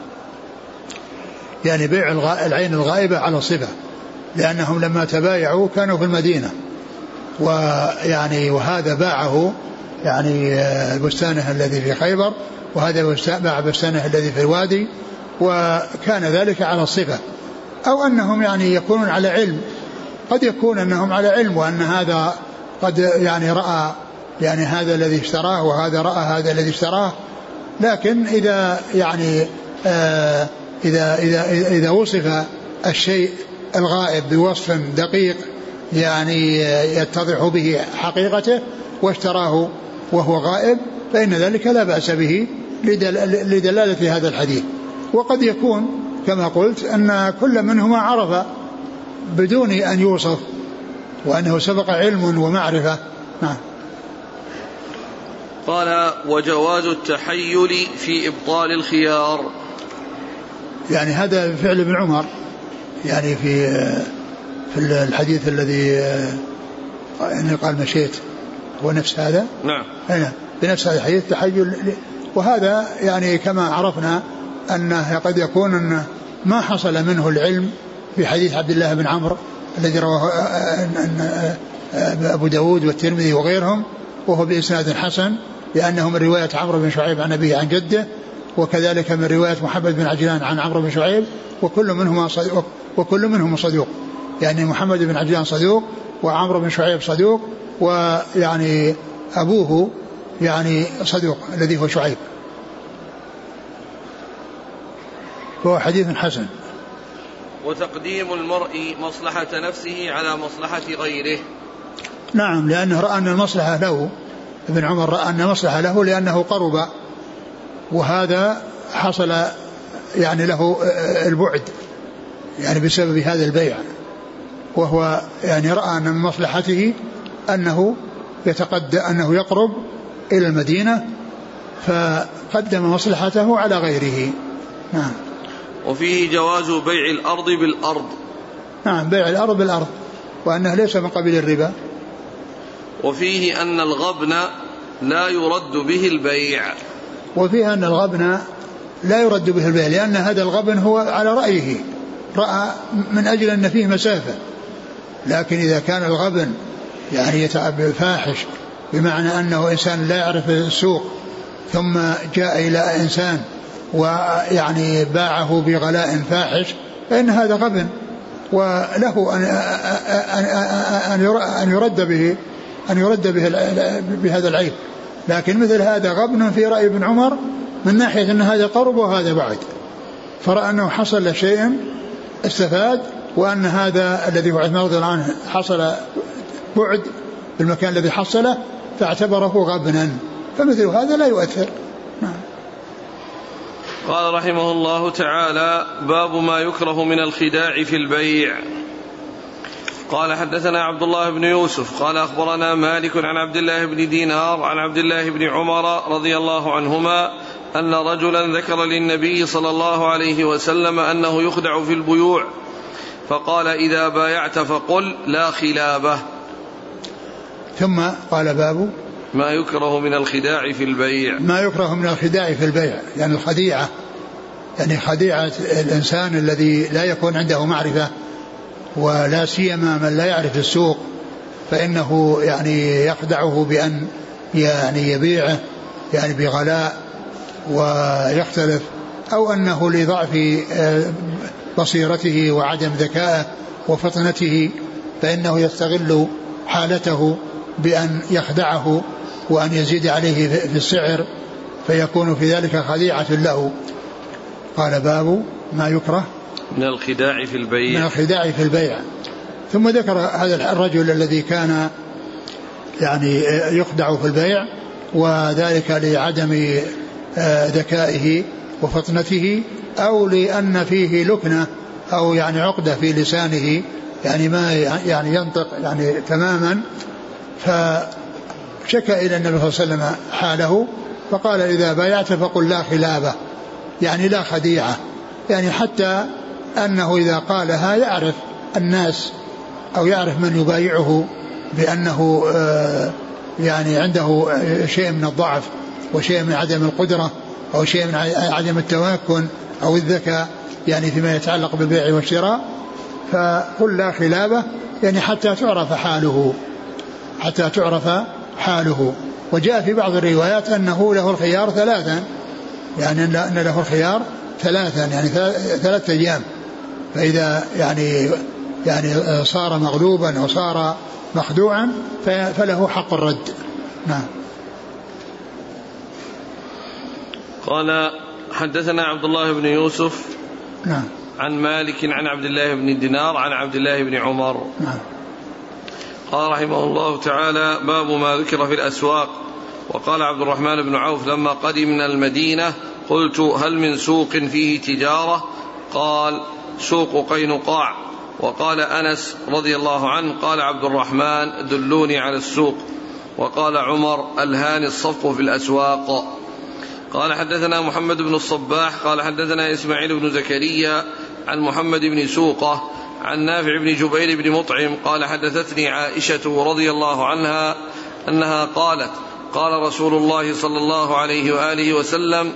يعني بيع العين الغائبة على الصفة، لأنهم لما تبايعوا كانوا في المدينة، ويعني وهذا باعه يعني بستانه الذي في خيبر، وهذا باع بستانه الذي في الوادي، وكان ذلك على الصفة، أو أنهم يعني يكونون على علم، قد يكون أنهم على علم وأن هذا قد يعني رأى يعني هذا الذي اشتراه وهذا رأى هذا الذي اشتراه، لكن إذا يعني آه إذا إذا إذا وصف الشيء الغائب بوصف دقيق يعني يتضح به حقيقته واشتراه وهو غائب، فإن ذلك لا بأس به لدلالة هذا الحديث. وقد يكون كما قلت أن كل منهما عرف بدون أن يوصف وأنه سبق علم ومعرفة. نعم. قال وجواز التحيل في إبطال الخيار. يعني هذا فعل ابن عمر يعني في في الحديث الذي يعني قال مشيت هو نفس هذا. نعم. هنا بنفس هذا الحديث تحيل، وهذا يعني كما عرفنا أنه قد يكون أن ما حصل منه العلم في حديث عبد الله بن عمرو الذي رواه أبو داود والترمذي وغيرهم، وهو بإسناد حسن، لأنه من رواية عمرو بن شعيب عن أبيه عن جده، وكذلك من رواية محمد بن عجلان عن عمرو بن شعيب، وكل منهما صدوق وكل منهم صدوق، يعني محمد بن عجلان صدوق وعمرو بن شعيب صدوق، ويعني أبوه يعني صدوق الذي هو شعيب، فهو حديث حسن. وتقديم المرء مصلحة نفسه على مصلحة غيره. نعم، لأنه رأى أن المصلحة له، ابن عمر رأى أن المصلحة له لأنه قرب، وهذا حصل يعني له البعد يعني بسبب هذا البيع، وهو يعني رأى أن من مصلحته أنه يتقدم أنه يقرب إلى المدينة، فقدم مصلحته على غيره. نعم. وفيه جواز بيع الأرض بالأرض. نعم، بيع الأرض بالأرض، وأنه ليس من قبيل الربا. وفيه أن الغبن لا يرد به البيع. وفيه أن الغبن لا يرد به البيع، لأن هذا الغبن هو على رأيه، رأى من أجل أن فيه مسافة، لكن إذا كان الغبن يعني يتعب فاحش بمعنى أنه إنسان لا يعرف السوق ثم جاء إلى إنسان ويعني باعه بغلاء فاحش، فإن هذا غبن وله أن يرد به أن يرد به بهذا العيب. لكن مثل هذا غبن في رأي ابن عمر من ناحية أن هذا قرب وهذا بعد، فرأى أنه حصل شيء استفاد، وأن هذا الذي هو عثمان رضي الله عنه حصل بعد بالمكان الذي حصله فاعتبره غبنا، فمثل هذا لا يؤثر. نعم. قال رحمه الله تعالى: باب ما يكره من الخداع في البيع. قال حدثنا عبد الله بن يوسف قال أخبرنا مالك عن عبد الله بن دينار عن عبد الله بن عمر رضي الله عنهما أن رجلا ذكر للنبي صلى الله عليه وسلم أنه يخدع في البيوع، فقال: إذا بايعت فقل لا خلابة. ثم قال باب ما يكره من الخداع في البيع. ما يكره من الخداع في البيع يعني الخديعة، يعني خديعة الإنسان الذي لا يكون عنده معرفة، ولا سيما من لا يعرف السوق، فإنه يعني يخدعه بأن يعني يبيعه يعني بغلاء ويختلف، أو أنه لضعف بصيرته وعدم ذكائه وفطنته فإنه يستغل حالته بأن يخدعه وأن يزيد عليه في السعر فيكون في ذلك خديعة له. قال باب ما يكره من الخداع في البيع. من الخداع في البيع. ثم ذكر هذا الرجل الذي كان يعني يخدع في البيع، وذلك لعدم ذكائه وفطنته، أو لأن فيه لكنة أو يعني عقدة في لسانه، يعني ما يعني ينطق يعني تماما. فشكى إلى النبي صلى الله عليه وسلم حاله فقال إذا بايعت فقل لا خلابة، يعني لا خديعة، يعني حتى أنه إذا قالها يعرف الناس أو يعرف من يبايعه بأنه يعني عنده شيء من الضعف وشيء من عدم القدرة أو شيء من عدم التمكن أو الذكاء يعني فيما يتعلق بالبيع والشراء. فقل لا خلابة يعني حتى تعرف حاله، حتى تعرف حاله. وجاء في بعض الروايات أنه له الخيار ثلاثا، يعني أن له الخيار ثلاثا يعني ثلاثة أيام، فإذا يعني يعني صار مغلوبا أو صار مخدوعا فله حق الرد. نعم. قال حدثنا عبد الله بن يوسف نعم عن مالك عن عبد الله بن دينار عن عبد الله بن عمر نعم. قال رحمه الله تعالى باب ما ذكر في الأسواق. وقال عبد الرحمن بن عوف لما قدمنا المدينة قلت هل من سوق فيه تجارة؟ قال سوق قينقاع. وقال أنس رضي الله عنه قال عبد الرحمن دلوني على السوق. وقال عمر ألهاني الصفق في الأسواق. قال حدثنا محمد بن الصباح قال حدثنا إسماعيل بن زكريا عن محمد بن سوقة عن نافع بن جبير بن مطعم قال حدثتني عائشة رضي الله عنها أنها قالت قال رسول الله صلى الله عليه وآله وسلم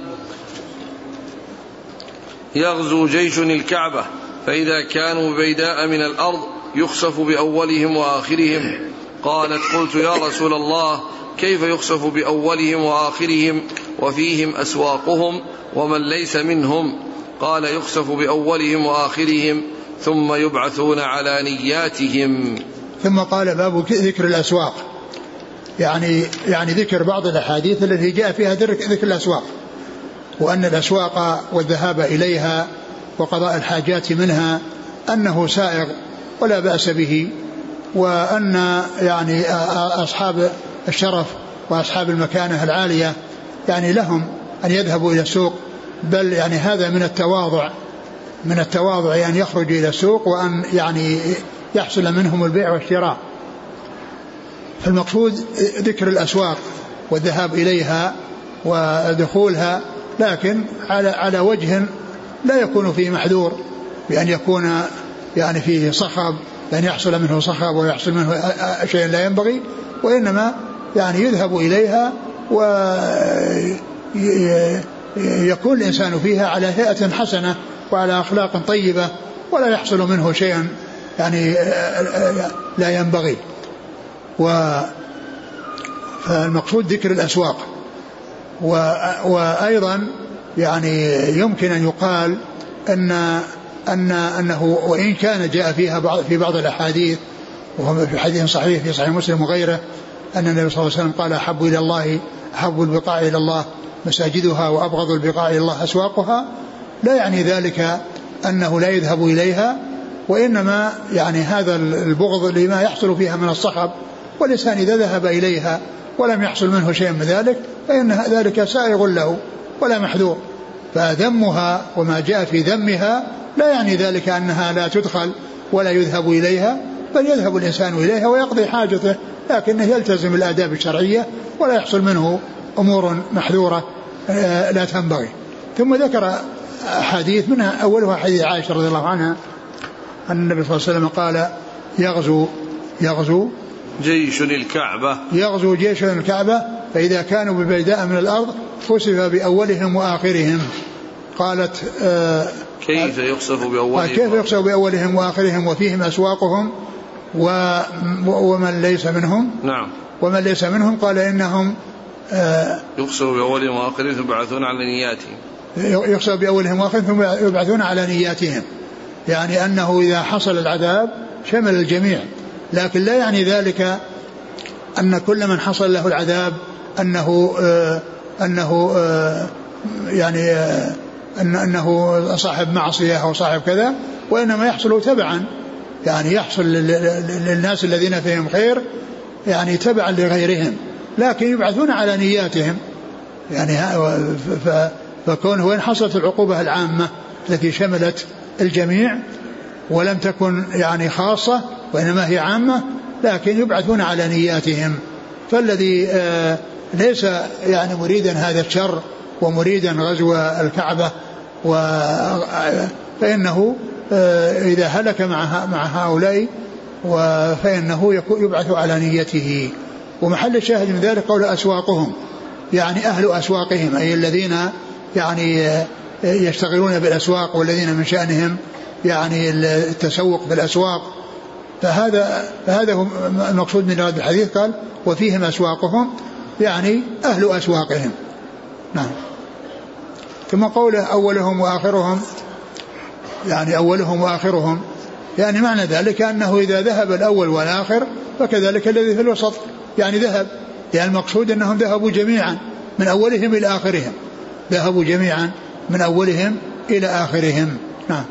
يغزو جيش الكعبة فإذا كانوا بيداء من الأرض يخسف بأولهم وآخرهم. قالت قلت يا رسول الله كيف يخسف بأولهم وآخرهم وفيهم أسواقهم ومن ليس منهم؟ قال يخسف بأولهم وآخرهم ثم يبعثون على نياتهم. ثم قال باب ذكر الأسواق، يعني يعني ذكر بعض الأحاديث التي جاء فيها ذكر الأسواق، وأن الأسواق والذهاب إليها وقضاء الحاجات منها أنه سائغ ولا بأس به، وأن يعني أصحاب الشرف وأصحاب المكانة العالية يعني لهم أن يذهبوا إلى السوق، بل يعني هذا من التواضع من التواضع أن يعني يخرج إلى السوق وأن يعني يحصل منهم البيع والشراء. فالمقصود ذكر الأسواق والذهاب إليها ودخولها، لكن على على وجه لا يكون فيه محذور بأن يكون يعني فيه صخب، لأن يحصل منه صخب ويحصل منه شيء لا ينبغي، وإنما يعني يذهب إليها ويكون الإنسان فيها على هيئة حسنة وعلى أخلاق طيبة، ولا يحصل منه شيء يعني لا ينبغي. فالمقصود ذكر الأسواق. وأيضا يعني يمكن أن يقال أن أن أنه وإن كان جاء فيها بعض في بعض الأحاديث، وهو في حديث صحيح في صحيح مسلم وغيره، أن النبي صلى الله عليه وسلم قال أحب إلى الله أحب البقاع إلى الله مساجدها وأبغض البقاع إلى الله أسواقها، لا يعني ذلك أنه لا يذهب إليها، وإنما يعني هذا البغض لما يحصل فيها من الصخب، والإنسان إذا ذهب إليها ولم يحصل منه شيء من ذلك فإن ذلك سائغ له ولا محذور. فذمها وما جاء في ذمها لا يعني ذلك أنها لا تدخل ولا يذهب إليها، بل يذهب الإنسان إليها ويقضي حاجته، لكنه يلتزم الآداب الشرعية ولا يحصل منه أمور محذورة لا تنبغي. ثم ذكر حديث منها أولها حديث عائشة رضي الله عنها أن النبي صلى الله عليه وسلم قال يغزو يغزو جيش الكعبة يغزو جيش الكعبة فإذا كانوا ببيداء من الأرض خسف بأولهم وآخرهم. قالت آه كيف يخسف بأولهم كيف يخسف بأولهم وآخرهم وفيهم أسواقهم ومن ليس منهم. نعم. ومن ليس منهم قال إنهم آه يخسف بأولهم وآخرهم ثم يبعثون على نياتهم. يخسف بأولهم وآخرهم ثم يبعثون على نياتهم، يعني أنه إذا حصل العذاب شمل الجميع، لكن لا يعني ذلك أن كل من حصل له العذاب أنه آه أنه آه يعني آه أنه صاحب معصية أو صاحب كذا، وإنما يحصل تبعا، يعني يحصل للناس الذين فيهم خير يعني تبعا لغيرهم، لكن يبعثون على نياتهم. يعني فكون وين حصلت العقوبة العامة التي شملت الجميع ولم تكن يعني خاصة وإنما هي عامة، لكن يبعثون على نياتهم. فالذي ليس يعني مريدا هذا الشر ومريدا غزو الكعبة فإنه إذا هلك مع مع هؤلاء فإنه يبعث على نيته. ومحل الشاهد من ذلك قول أسواقهم، يعني أهل أسواقهم، أي الذين يعني يشتغلون بالأسواق والذين من شأنهم يعني التسوق بالأسواق. فهذا فهذا هو المقصود من هذا الحديث. قال وفيهم أسواقهم، يعني أهل أسواقهم. نعم. ثم قوله أولهم وآخرهم، يعني أولهم وآخرهم، يعني معنى ذلك أنه إذا ذهب الأول والآخر فكذلك الذي في الوسط يعني ذهب، يعني المقصود أنهم ذهبوا جميعا من أولهم إلى آخرهم، ذهبوا جميعا من أولهم إلى آخرهم. نعم.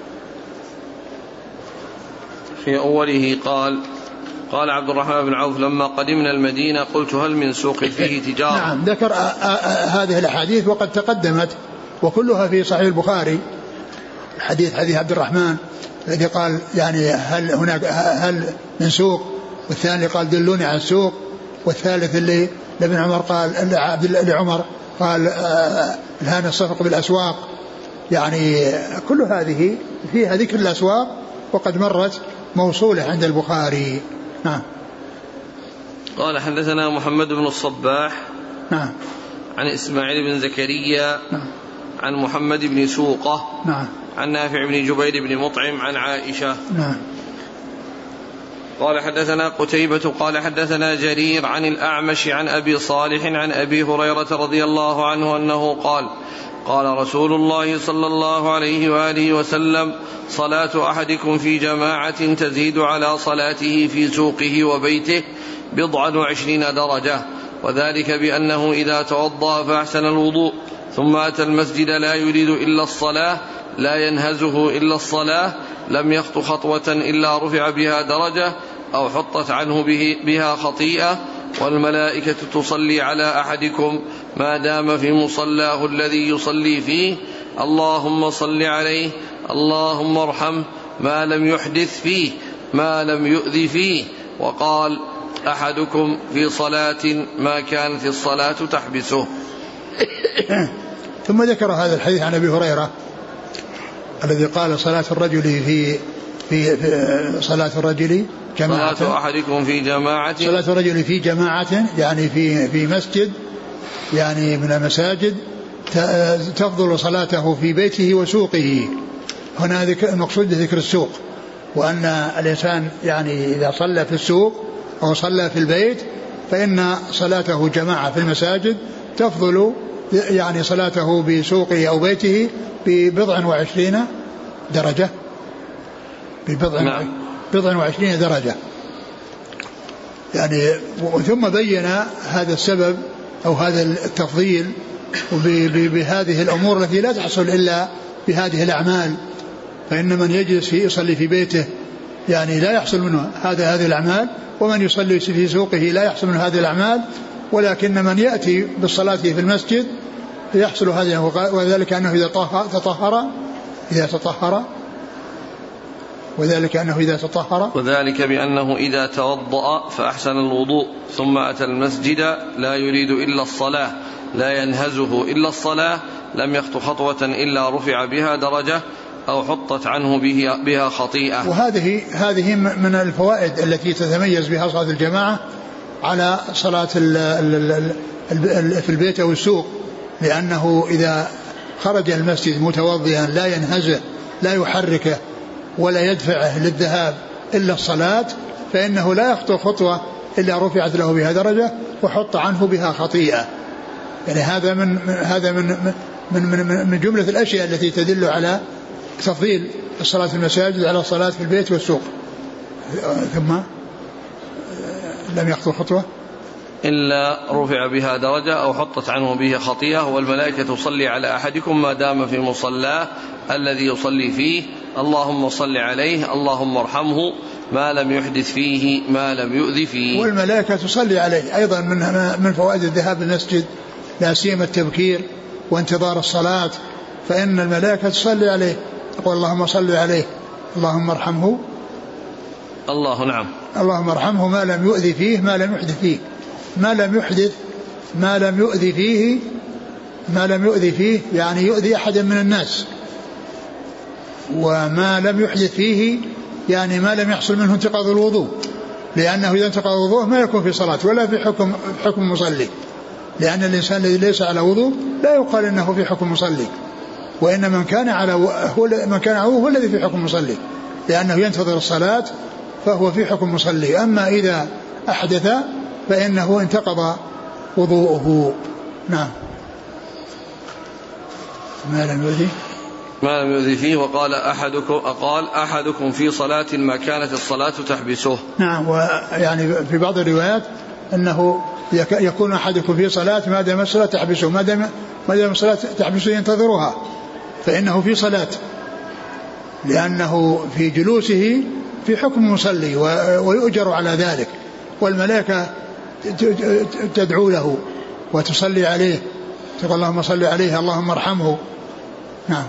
في أوله قال قال عبد الرحمن بن عوف لما قدمنا المدينة قلت هل من سوق فيه تجارة. نعم، ذكر هذه الأحاديث وقد تقدمت وكلها في صحيح البخاري. حديث حديث عبد الرحمن الذي قال يعني هل هناك هل من سوق، والثاني قال دلوني على السوق، والثالث اللي لابن عمر قال لعمر قال الهان الصفق بالأسواق. يعني كل هذه فيها ذكر الأسواق وقد مرت موصولة عند البخاري. نعم. قال حدثنا محمد بن الصباح نعم عن إسماعيل بن زكريا نعم عن محمد بن سوقة نعم عن نافع بن جبير بن مطعم عن عائشة. نعم. قال حدثنا قتيبة قال حدثنا جرير عن الأعمش عن أبي صالح عن أبي هريرة رضي الله عنه أنه قال قال رسول الله صلى الله عليه وآله وسلم صلاة أحدكم في جماعة تزيد على صلاته في سوقه وبيته بضعا وعشرين درجة، وذلك بأنه إذا توضأ فأحسن الوضوء ثم أتى المسجد لا يريد إلا الصلاة لا ينهزه إلا الصلاة لم يخط خطوة إلا رفع بها درجة أو حطت عنه به بها خطيئة، والملائكة تصلي على أحدكم ما دام في مصلاه الذي يصلي فيه اللهم صل عليه اللهم ارحمه ما لم يحدث فيه ما لم يؤذي فيه. وقال أحدكم في صلاة ما كانت الصلاة تحبسه. ثم ذكر هذا الحديث عن أبي هريرة الذي قال صلاة الرجل في في, في صلاة الرجل جماعة صلاة أحدكم في جماعة صلاة الرجل في جماعة يعني في في مسجد يعني من المساجد تفضل صلاته في بيته وسوقه. هنا المقصود ذكر السوق، وأن الإنسان يعني إذا صلى في السوق أو صلى في البيت فإن صلاته جماعة في المساجد تفضل يعني صلاته بسوقه أو بيته ببضع وعشرين درجة ببضع نعم. بضع وعشرين درجة يعني. ثم بين هذا السبب أو هذا التفضيل بهذه الأمور التي لا تحصل إلا بهذه الأعمال، فإن من يجلس في يصلي في بيته يعني لا يحصل منه هذا هذه الأعمال، ومن يصلي في سوقه لا يحصل منه هذه الأعمال، ولكن من يأتي بالصلاة في المسجد يحصل هذه، وذلك أنه إذا تطهر إذا تطهر وذلك أنه إذا تطهر وذلك بأنه إذا توضأ فأحسن الوضوء ثم أتى المسجد لا يريد إلا الصلاة لا ينهزه إلا الصلاة لم يخط خطوة إلا رفع بها درجة أو حطت عنه بها خطيئة. وهذه هذه من الفوائد التي تتميز بها صلاة الجماعة على صلاة في البيت أو السوق، لأنه إذا خرج المسجد متوضئا لا ينهزه لا يحركه ولا يدفعه للذهاب إلا الصلاة، فإنه لا يخطو خطوة إلا رفعت له بها درجة وحط عنه بها خطيئة. يعني هذا من هذا من من من, من جملة الأشياء التي تدل على تفضيل الصلاة في المساجد على الصلاة في البيت والسوق. ثم لم يخطو خطوة إلا رفع بها درجة أو حطت عنه بها خطيئة. والملائكة تصلي على أحدكم ما دام في مصلاه الذي يصلي فيه، اللهم صل عليه اللهم ارحمه ما لم يحدث فيه ما لم يؤذي فيه. والملائكة تصلي عليه أيضا من من فوائد الذهاب للمسجد، لا سيما التبكير وانتظار الصلاة، فإن الملائكة تصلي عليه، تقول اللهم صل عليه اللهم ارحمه الله نعم اللهم ارحمه ما لم يؤذي فيه ما لم يحدث فيه. ما لم يحدث ما لم يؤذي فيه ما لم يؤذي فيه يعني يؤذي أحدا من الناس، وما لم يحدث فيه يعني ما لم يحصل منه انتقاض الوضوء، لأنه إذا انتقض الوضوء ما يكون في صلاة ولا في حكم حكم مصلي، لأن الإنسان الذي ليس على وضوء لا يقال إنه في حكم مصلي، وإن من كان على هو من كان على وضوء هو الذي في حكم مصلي، لأنه ينتظر الصلاة فهو في حكم مصلي. أما إذا أحدث فإنه انتقض وضوءه. نعم. ما لم يؤذي ما لم يؤذي فيه. وقال أحدكم أقال أحدكم في صلاة ما كانت الصلاة تحبسه. نعم. ويعني في بعض الروايات أنه يكون أحدكم في صلاة ما دام الصلاة تحبسه، ما دام ما دام الصلاة تحبسه ينتظرها فإنه في صلاة، لأنه في جلوسه في حكم مصلي ويؤجر على ذلك، والملائكة تدعو له وتصلي عليه، تقول اللهم صل عليه اللهم ارحمه. نعم.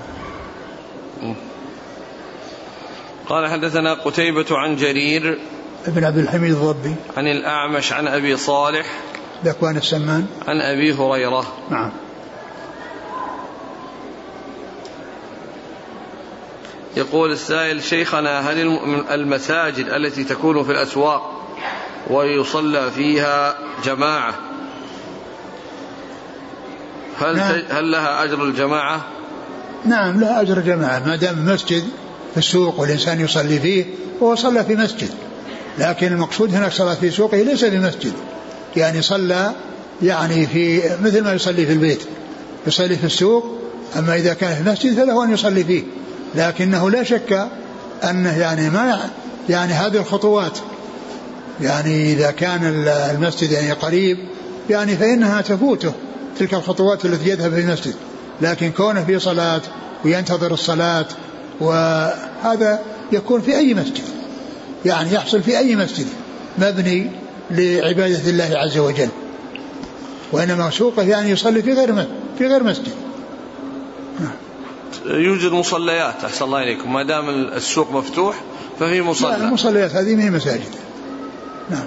قال حدثنا قتيبة عن جرير ابن عبد الحميد الضبي عن الأعمش عن أبي صالح ذكوان السمان عن أبي هريرة. نعم. يقول السائل شيخنا هل المساجد التي تكون في الأسواق ويصلى فيها جماعة هل, نعم. هل لها أجر الجماعة؟ نعم لها أجر الجماعة ما دام مسجد في السوق والإنسان يصلي فيه وهو صلى في مسجد، لكن المقصود هناك صلاة في سوقه ليس في مسجد، يعني صلى يعني في مثل ما يصلي في البيت يصلي في السوق، أما إذا كان في المسجد فله أن يصلي فيه، لكنه لا شك أنه يعني ما يعني هذه الخطوات يعني إذا كان المسجد يعني قريب يعني فإنها تفوته تلك الخطوات التي يذهب في المسجد، لكن كونه في صلاة وينتظر الصلاة وهذا يكون في أي مسجد، يعني يحصل في أي مسجد مبني لعبادة الله عز وجل، وإنما سوقه يعني يصلي في غير في غير مسجد. يوجد مصليات أحسن الله إليكم ما دام السوق مفتوح فهي مصلى. المصليات هذه من مساجد. نعم.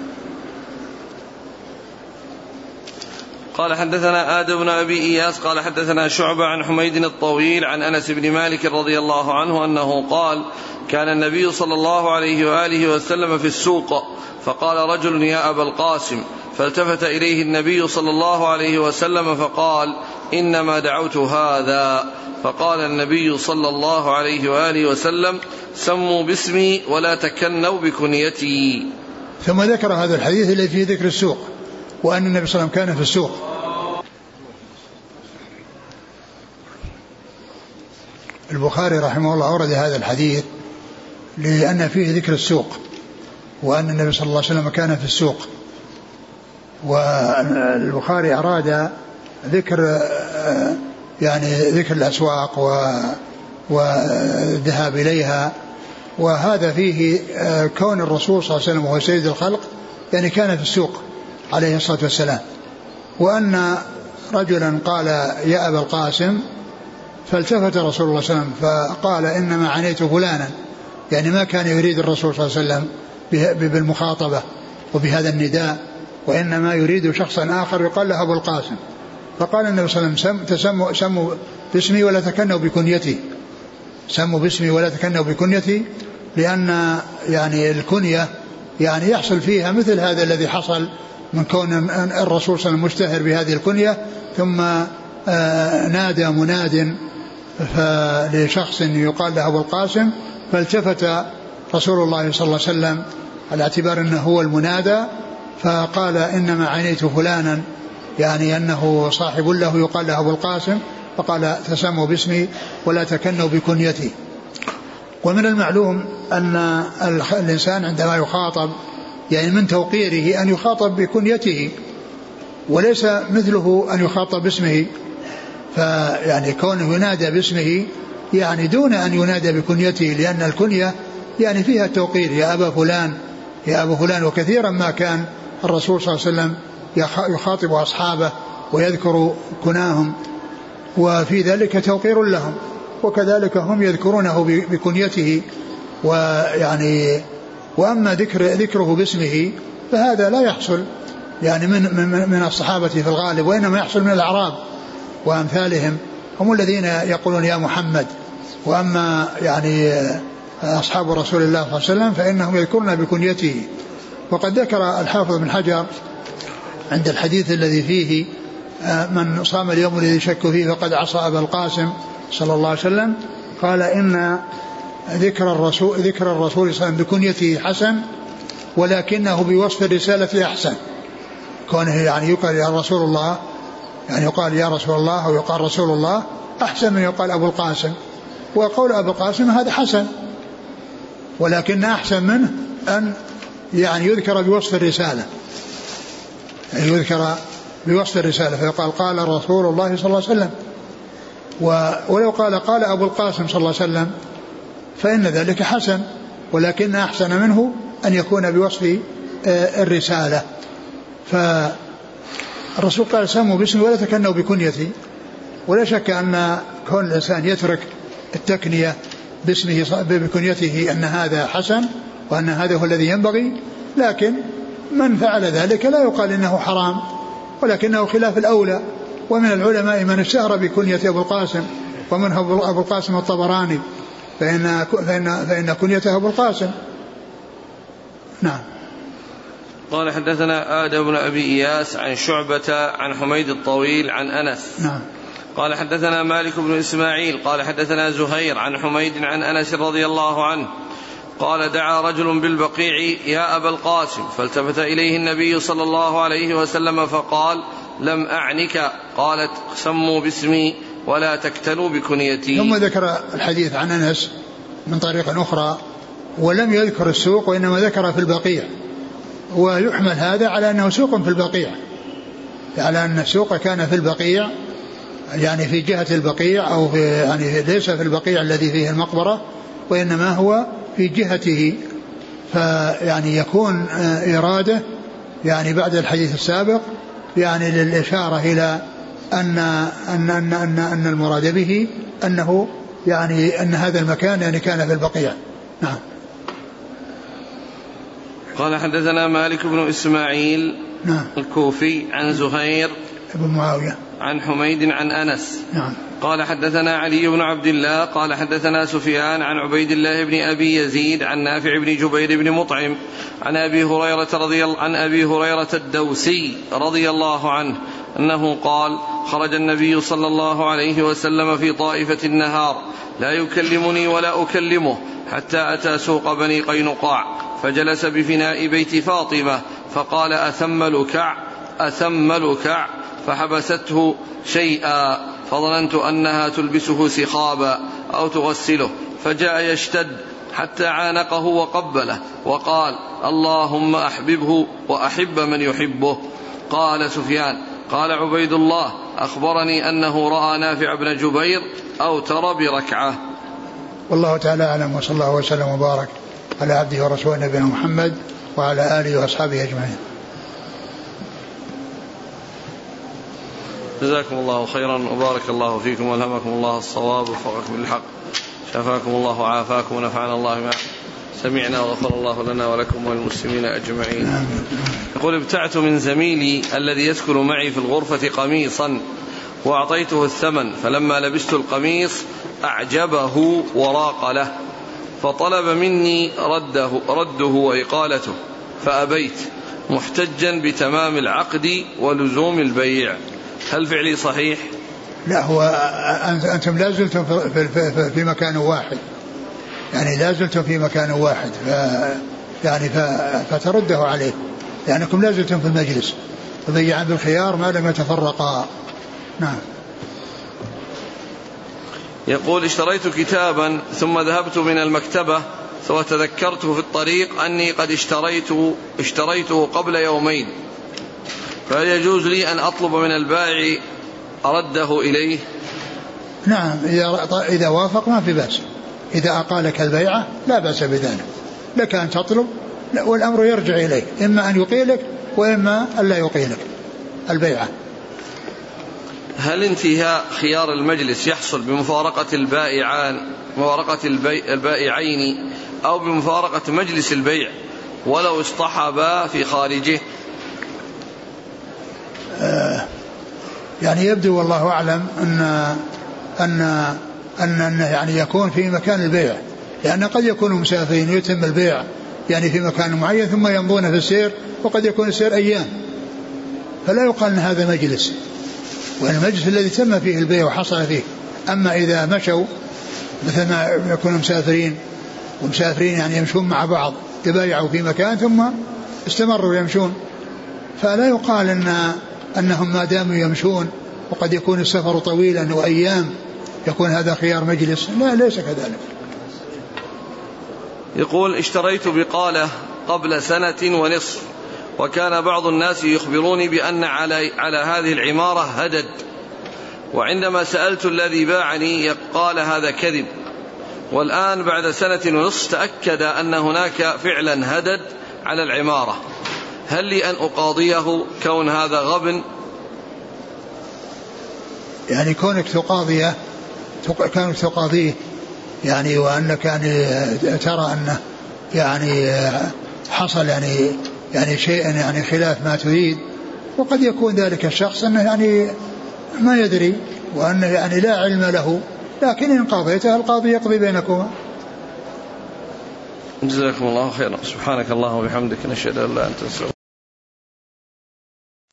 قال حدثنا آدم بن أبي إياس قال حدثنا شعبة عن حميد الطويل عن أنس بن مالك رضي الله عنه أنه قال كان النبي صلى الله عليه وآله وسلم في السوق فقال رجل يا أبا القاسم، فالتفت إليه النبي صلى الله عليه وسلم فقال إنما دعوت هذا، فقال النبي صلى الله عليه وآله وسلم سموا باسمي ولا تكنوا بكنيتي. ثم ذكر هذا الحديث الذي فيه ذكر السوق وأن النبي صلى الله عليه وسلم كان في السوق. البخاري رحمه الله أورد هذا الحديث لأن فيه ذكر السوق وأن النبي صلى الله عليه وسلم كان في السوق، والبخاري أراد ذكر يعني ذكر الأسواق والذهاب إليها، وهذا فيه كون الرسول صلى الله عليه وسلم وهو سيد الخلق يعني كان في السوق عليه الصلاة والسلام، وأن رجلا قال يا أبا القاسم، فالتفت الرسول صلى الله عليه وسلم فقال إنما عنيت فلانا، يعني ما كان يريد الرسول صلى الله عليه وسلم بالمخاطبة وبهذا النداء، وإنما يريد شخصا آخر يقال له أبو القاسم، فقال النبي صلى الله عليه وسلم تسموا سموا باسمي ولا تكنوا بكنيتي، سموا باسمي ولا تكنوا بكنيتي، لأن يعني الكنية يعني يحصل فيها مثل هذا الذي حصل من كون الرسول صلى الله عليه وسلم مشتهر بهذه الكنية، ثم نادى مناد لشخص يقال له أبو القاسم، فالتفت رسول الله صلى الله عليه وسلم على اعتبار أنه هو المنادى، فقال إنما عينيت فلانا، يعني أنه صاحب له يقال له أبو القاسم، فقال تسموا باسمي ولا تكنوا بكنيتي. ومن المعلوم أن الإنسان عندما يخاطب يعني من توقيره أن يخاطب بكنيته، وليس مثله أن يخاطب باسمه، فيعني كونه ينادى باسمه يعني دون أن ينادى بكنيته، لأن الكنية يعني فيها التوقير، يا أبا فلان يا أبا فلان. وكثيرا ما كان الرسول صلى الله عليه وسلم يخاطب أصحابه ويذكر كناهم، وفي ذلك توقير لهم، وكذلك هم يذكرونه بكنيته. ويعني وأما ذكر ذكره باسمه فهذا لا يحصل يعني من من من الصحابة في الغالب، وإنما يحصل من الأعراب وأمثالهم، هم الذين يقولون يا محمد. وأما يعني أصحاب رسول الله صلى الله عليه وسلم فإنهم يذكرون بكنيته. وقد ذكر الحافظ بن حجر عند الحديث الذي فيه من صام اليوم الذي شك فيه فقد عصى أبا القاسم صلى الله عليه وسلم، قال إن ذكر الرسول ذكر الرسول صلى الله عليه وسلم بكنيته حسن، ولكنه بوصف الرسالة أحسن. كونه يعني يقال يا رسول الله، يعني يقال يا رسول الله أو يقال رسول الله أحسن من يقال أبو القاسم. وقول أبو القاسم هذا حسن، ولكن أحسن منه أن يعني يذكر بوصف الرسالة، يعني يذكر بوصف الرسالة فيقال قال رسول الله صلى الله عليه وسلم. ولو قال قال أبو القاسم صلى الله عليه وسلم فإن ذلك حسن، ولكن أحسن منه أن يكون بوصف الرسالة. فالرسول قال سموا باسمي ولا تكنوا بكنيتي. ولا شك أن كون الإنسان يترك التكنية باسمه بكنيته أن هذا حسن وأن هذا هو الذي ينبغي، لكن من فعل ذلك لا يقال إنه حرام، ولكنه خلاف الأولى. ومن العلماء من اشتهر بكنية أبو القاسم، ومنه أبو القاسم الطبراني، فإن, فإن, فإن كنيته أبو القاسم. نعم. قال حدثنا آدم بن أبي إياس عن شعبة عن حميد الطويل عن أنس. نعم. قال حدثنا مالك بن إسماعيل قال حدثنا زهير عن حميد عن أنس رضي الله عنه قال دعا رجل بالبقيع يا أبا القاسم، فالتفت إليه النبي صلى الله عليه وسلم فقال لم أعنك، قالت سموا باسمي ولا تكتنوا بكنيتي. ثم ذكر الحديث عن أنس من طريق أخرى ولم يذكر السوق، وإنما ذكر في البقيع، ويحمل هذا على أنه سوق في البقيع، على أن السوق كان في البقيع، يعني في جهة البقيع، أو في يعني ليس في البقيع الذي فيه المقبرة، وإنما هو في جهته. فيعني يكون إرادة يعني بعد الحديث السابق يعني للإشارة إلى أن أن أن أن, أن المراد به أنه يعني أن هذا المكان يعني كان في البقيع. نعم. قال حدثنا مالك بن إسماعيل نعم. الكوفي عن زهير بن معاوية عن حميد عن أنس. نعم. قال حدثنا علي بن عبد الله قال حدثنا سفيان عن عبيد الله بن أبي يزيد عن نافع بن جبير بن مطعم عن أبي هريرة رضي الله عن أبي هريرة الدوسي رضي الله عنه أنه قال خرج النبي صلى الله عليه وسلم في طائفة النهار لا يكلمني ولا أكلمه حتى أتى سوق بني قينقاع فجلس بفناء بيت فاطمة فقال أثم لكع أثم لكع، فحبسته شيئا فظننت أنها تلبسه سخابا أو تغسله، فجاء يشتد حتى عانقه وقبله وقال اللهم أحببه وأحب من يحبه. قال سفيان قال عبيد الله أخبرني أنه رأى نافع بن جبير أوتر بركعة. والله تعالى أعلم، وصلى الله وسلم وبارك على عبده ورسوله نبينا محمد وعلى آله وأصحابه أجمعين. جزاكم الله خيرا وبارك الله فيكم والهمكم الله الصواب ووفقكم للحق، شفاكم الله وعافاكم ونفعنا الله ما سمعنا وغفر الله لنا ولكم وللمسلمين أجمعين. يقول ابتعت من زميلي الذي يسكن معي في الغرفة قميصا وأعطيته الثمن، فلما لبست القميص أعجبه وراق له، فطلب مني رده, رده وإقالته فأبيت، محتجا بتمام العقد ولزوم البيع. هل فعلي صحيح؟ لا، هو أنتم لازلتم في, في, في مكان واحد، يعني لازلتم في مكان واحد، ف يعني فترده عليه، لأنكم لازلتم في المجلس، فبيعا بالخيار ما لم يتفرقا. نعم. يقول: اشتريت كتابا ثم ذهبت من المكتبة وتذكرت في الطريق أني قد اشتريت اشتريته قبل يومين، فهل يجوز لي أن أطلب من البائع أرده إليه؟ نعم، إذا, إذا وافق ما في بأس، إذا أقالك البيعة لا بأس بذلك، لك أن تطلب، والأمر يرجع إليه، إما أن يقيلك وإما أن لا يقيلك البيعة. هل انتهاء خيار المجلس يحصل بمفارقة البائعان مفارقة البي... البائعين أو بمفارقة مجلس البيع ولو اصطحبا في خارجه؟ آه يعني يبدو والله أعلم أن أن أن, أن يعني يكون في مكان البيع، لأن قد يكونوا مسافرين يتم البيع يعني في مكان معين ثم يمضون في السير، وقد يكون السير أيام، فلا يقال أن هذا مجلس، والمجلس الذي تم فيه البيع وحصل فيه. أما إذا مشوا مثل ما يكونوا مسافرين ومسافرين يعني يمشون مع بعض يبايعوا في مكان ثم استمروا يمشون، فلا يقال أن أنهم ما داموا يمشون وقد يكون السفر طويلا وأيام يكون هذا خيار مجلس، لا، ليس كذلك. يقول: اشتريت بقالة قبل سنة ونصف، وكان بعض الناس يخبروني بأن على, على هذه العمارة هدد، وعندما سألت الذي باعني قال هذا كذب، والآن بعد سنة ونصف تأكد أن هناك فعلا هدد على العمارة، هل لي أن أقاضيه كون هذا غبن؟ يعني كونك تقاضيه كونك تقاضيه يعني وأنك يعني ترى أنه يعني حصل يعني يعني شيء يعني خلاف ما تريد، وقد يكون ذلك الشخص أنه يعني ما يدري وأنه يعني لا علم له، لكن إن قضيته القاضي يقضي بينكما. جزاكم الله خيرا. سبحانك اللهم وبحمدك، نشهد أن لا إله إلا أنت.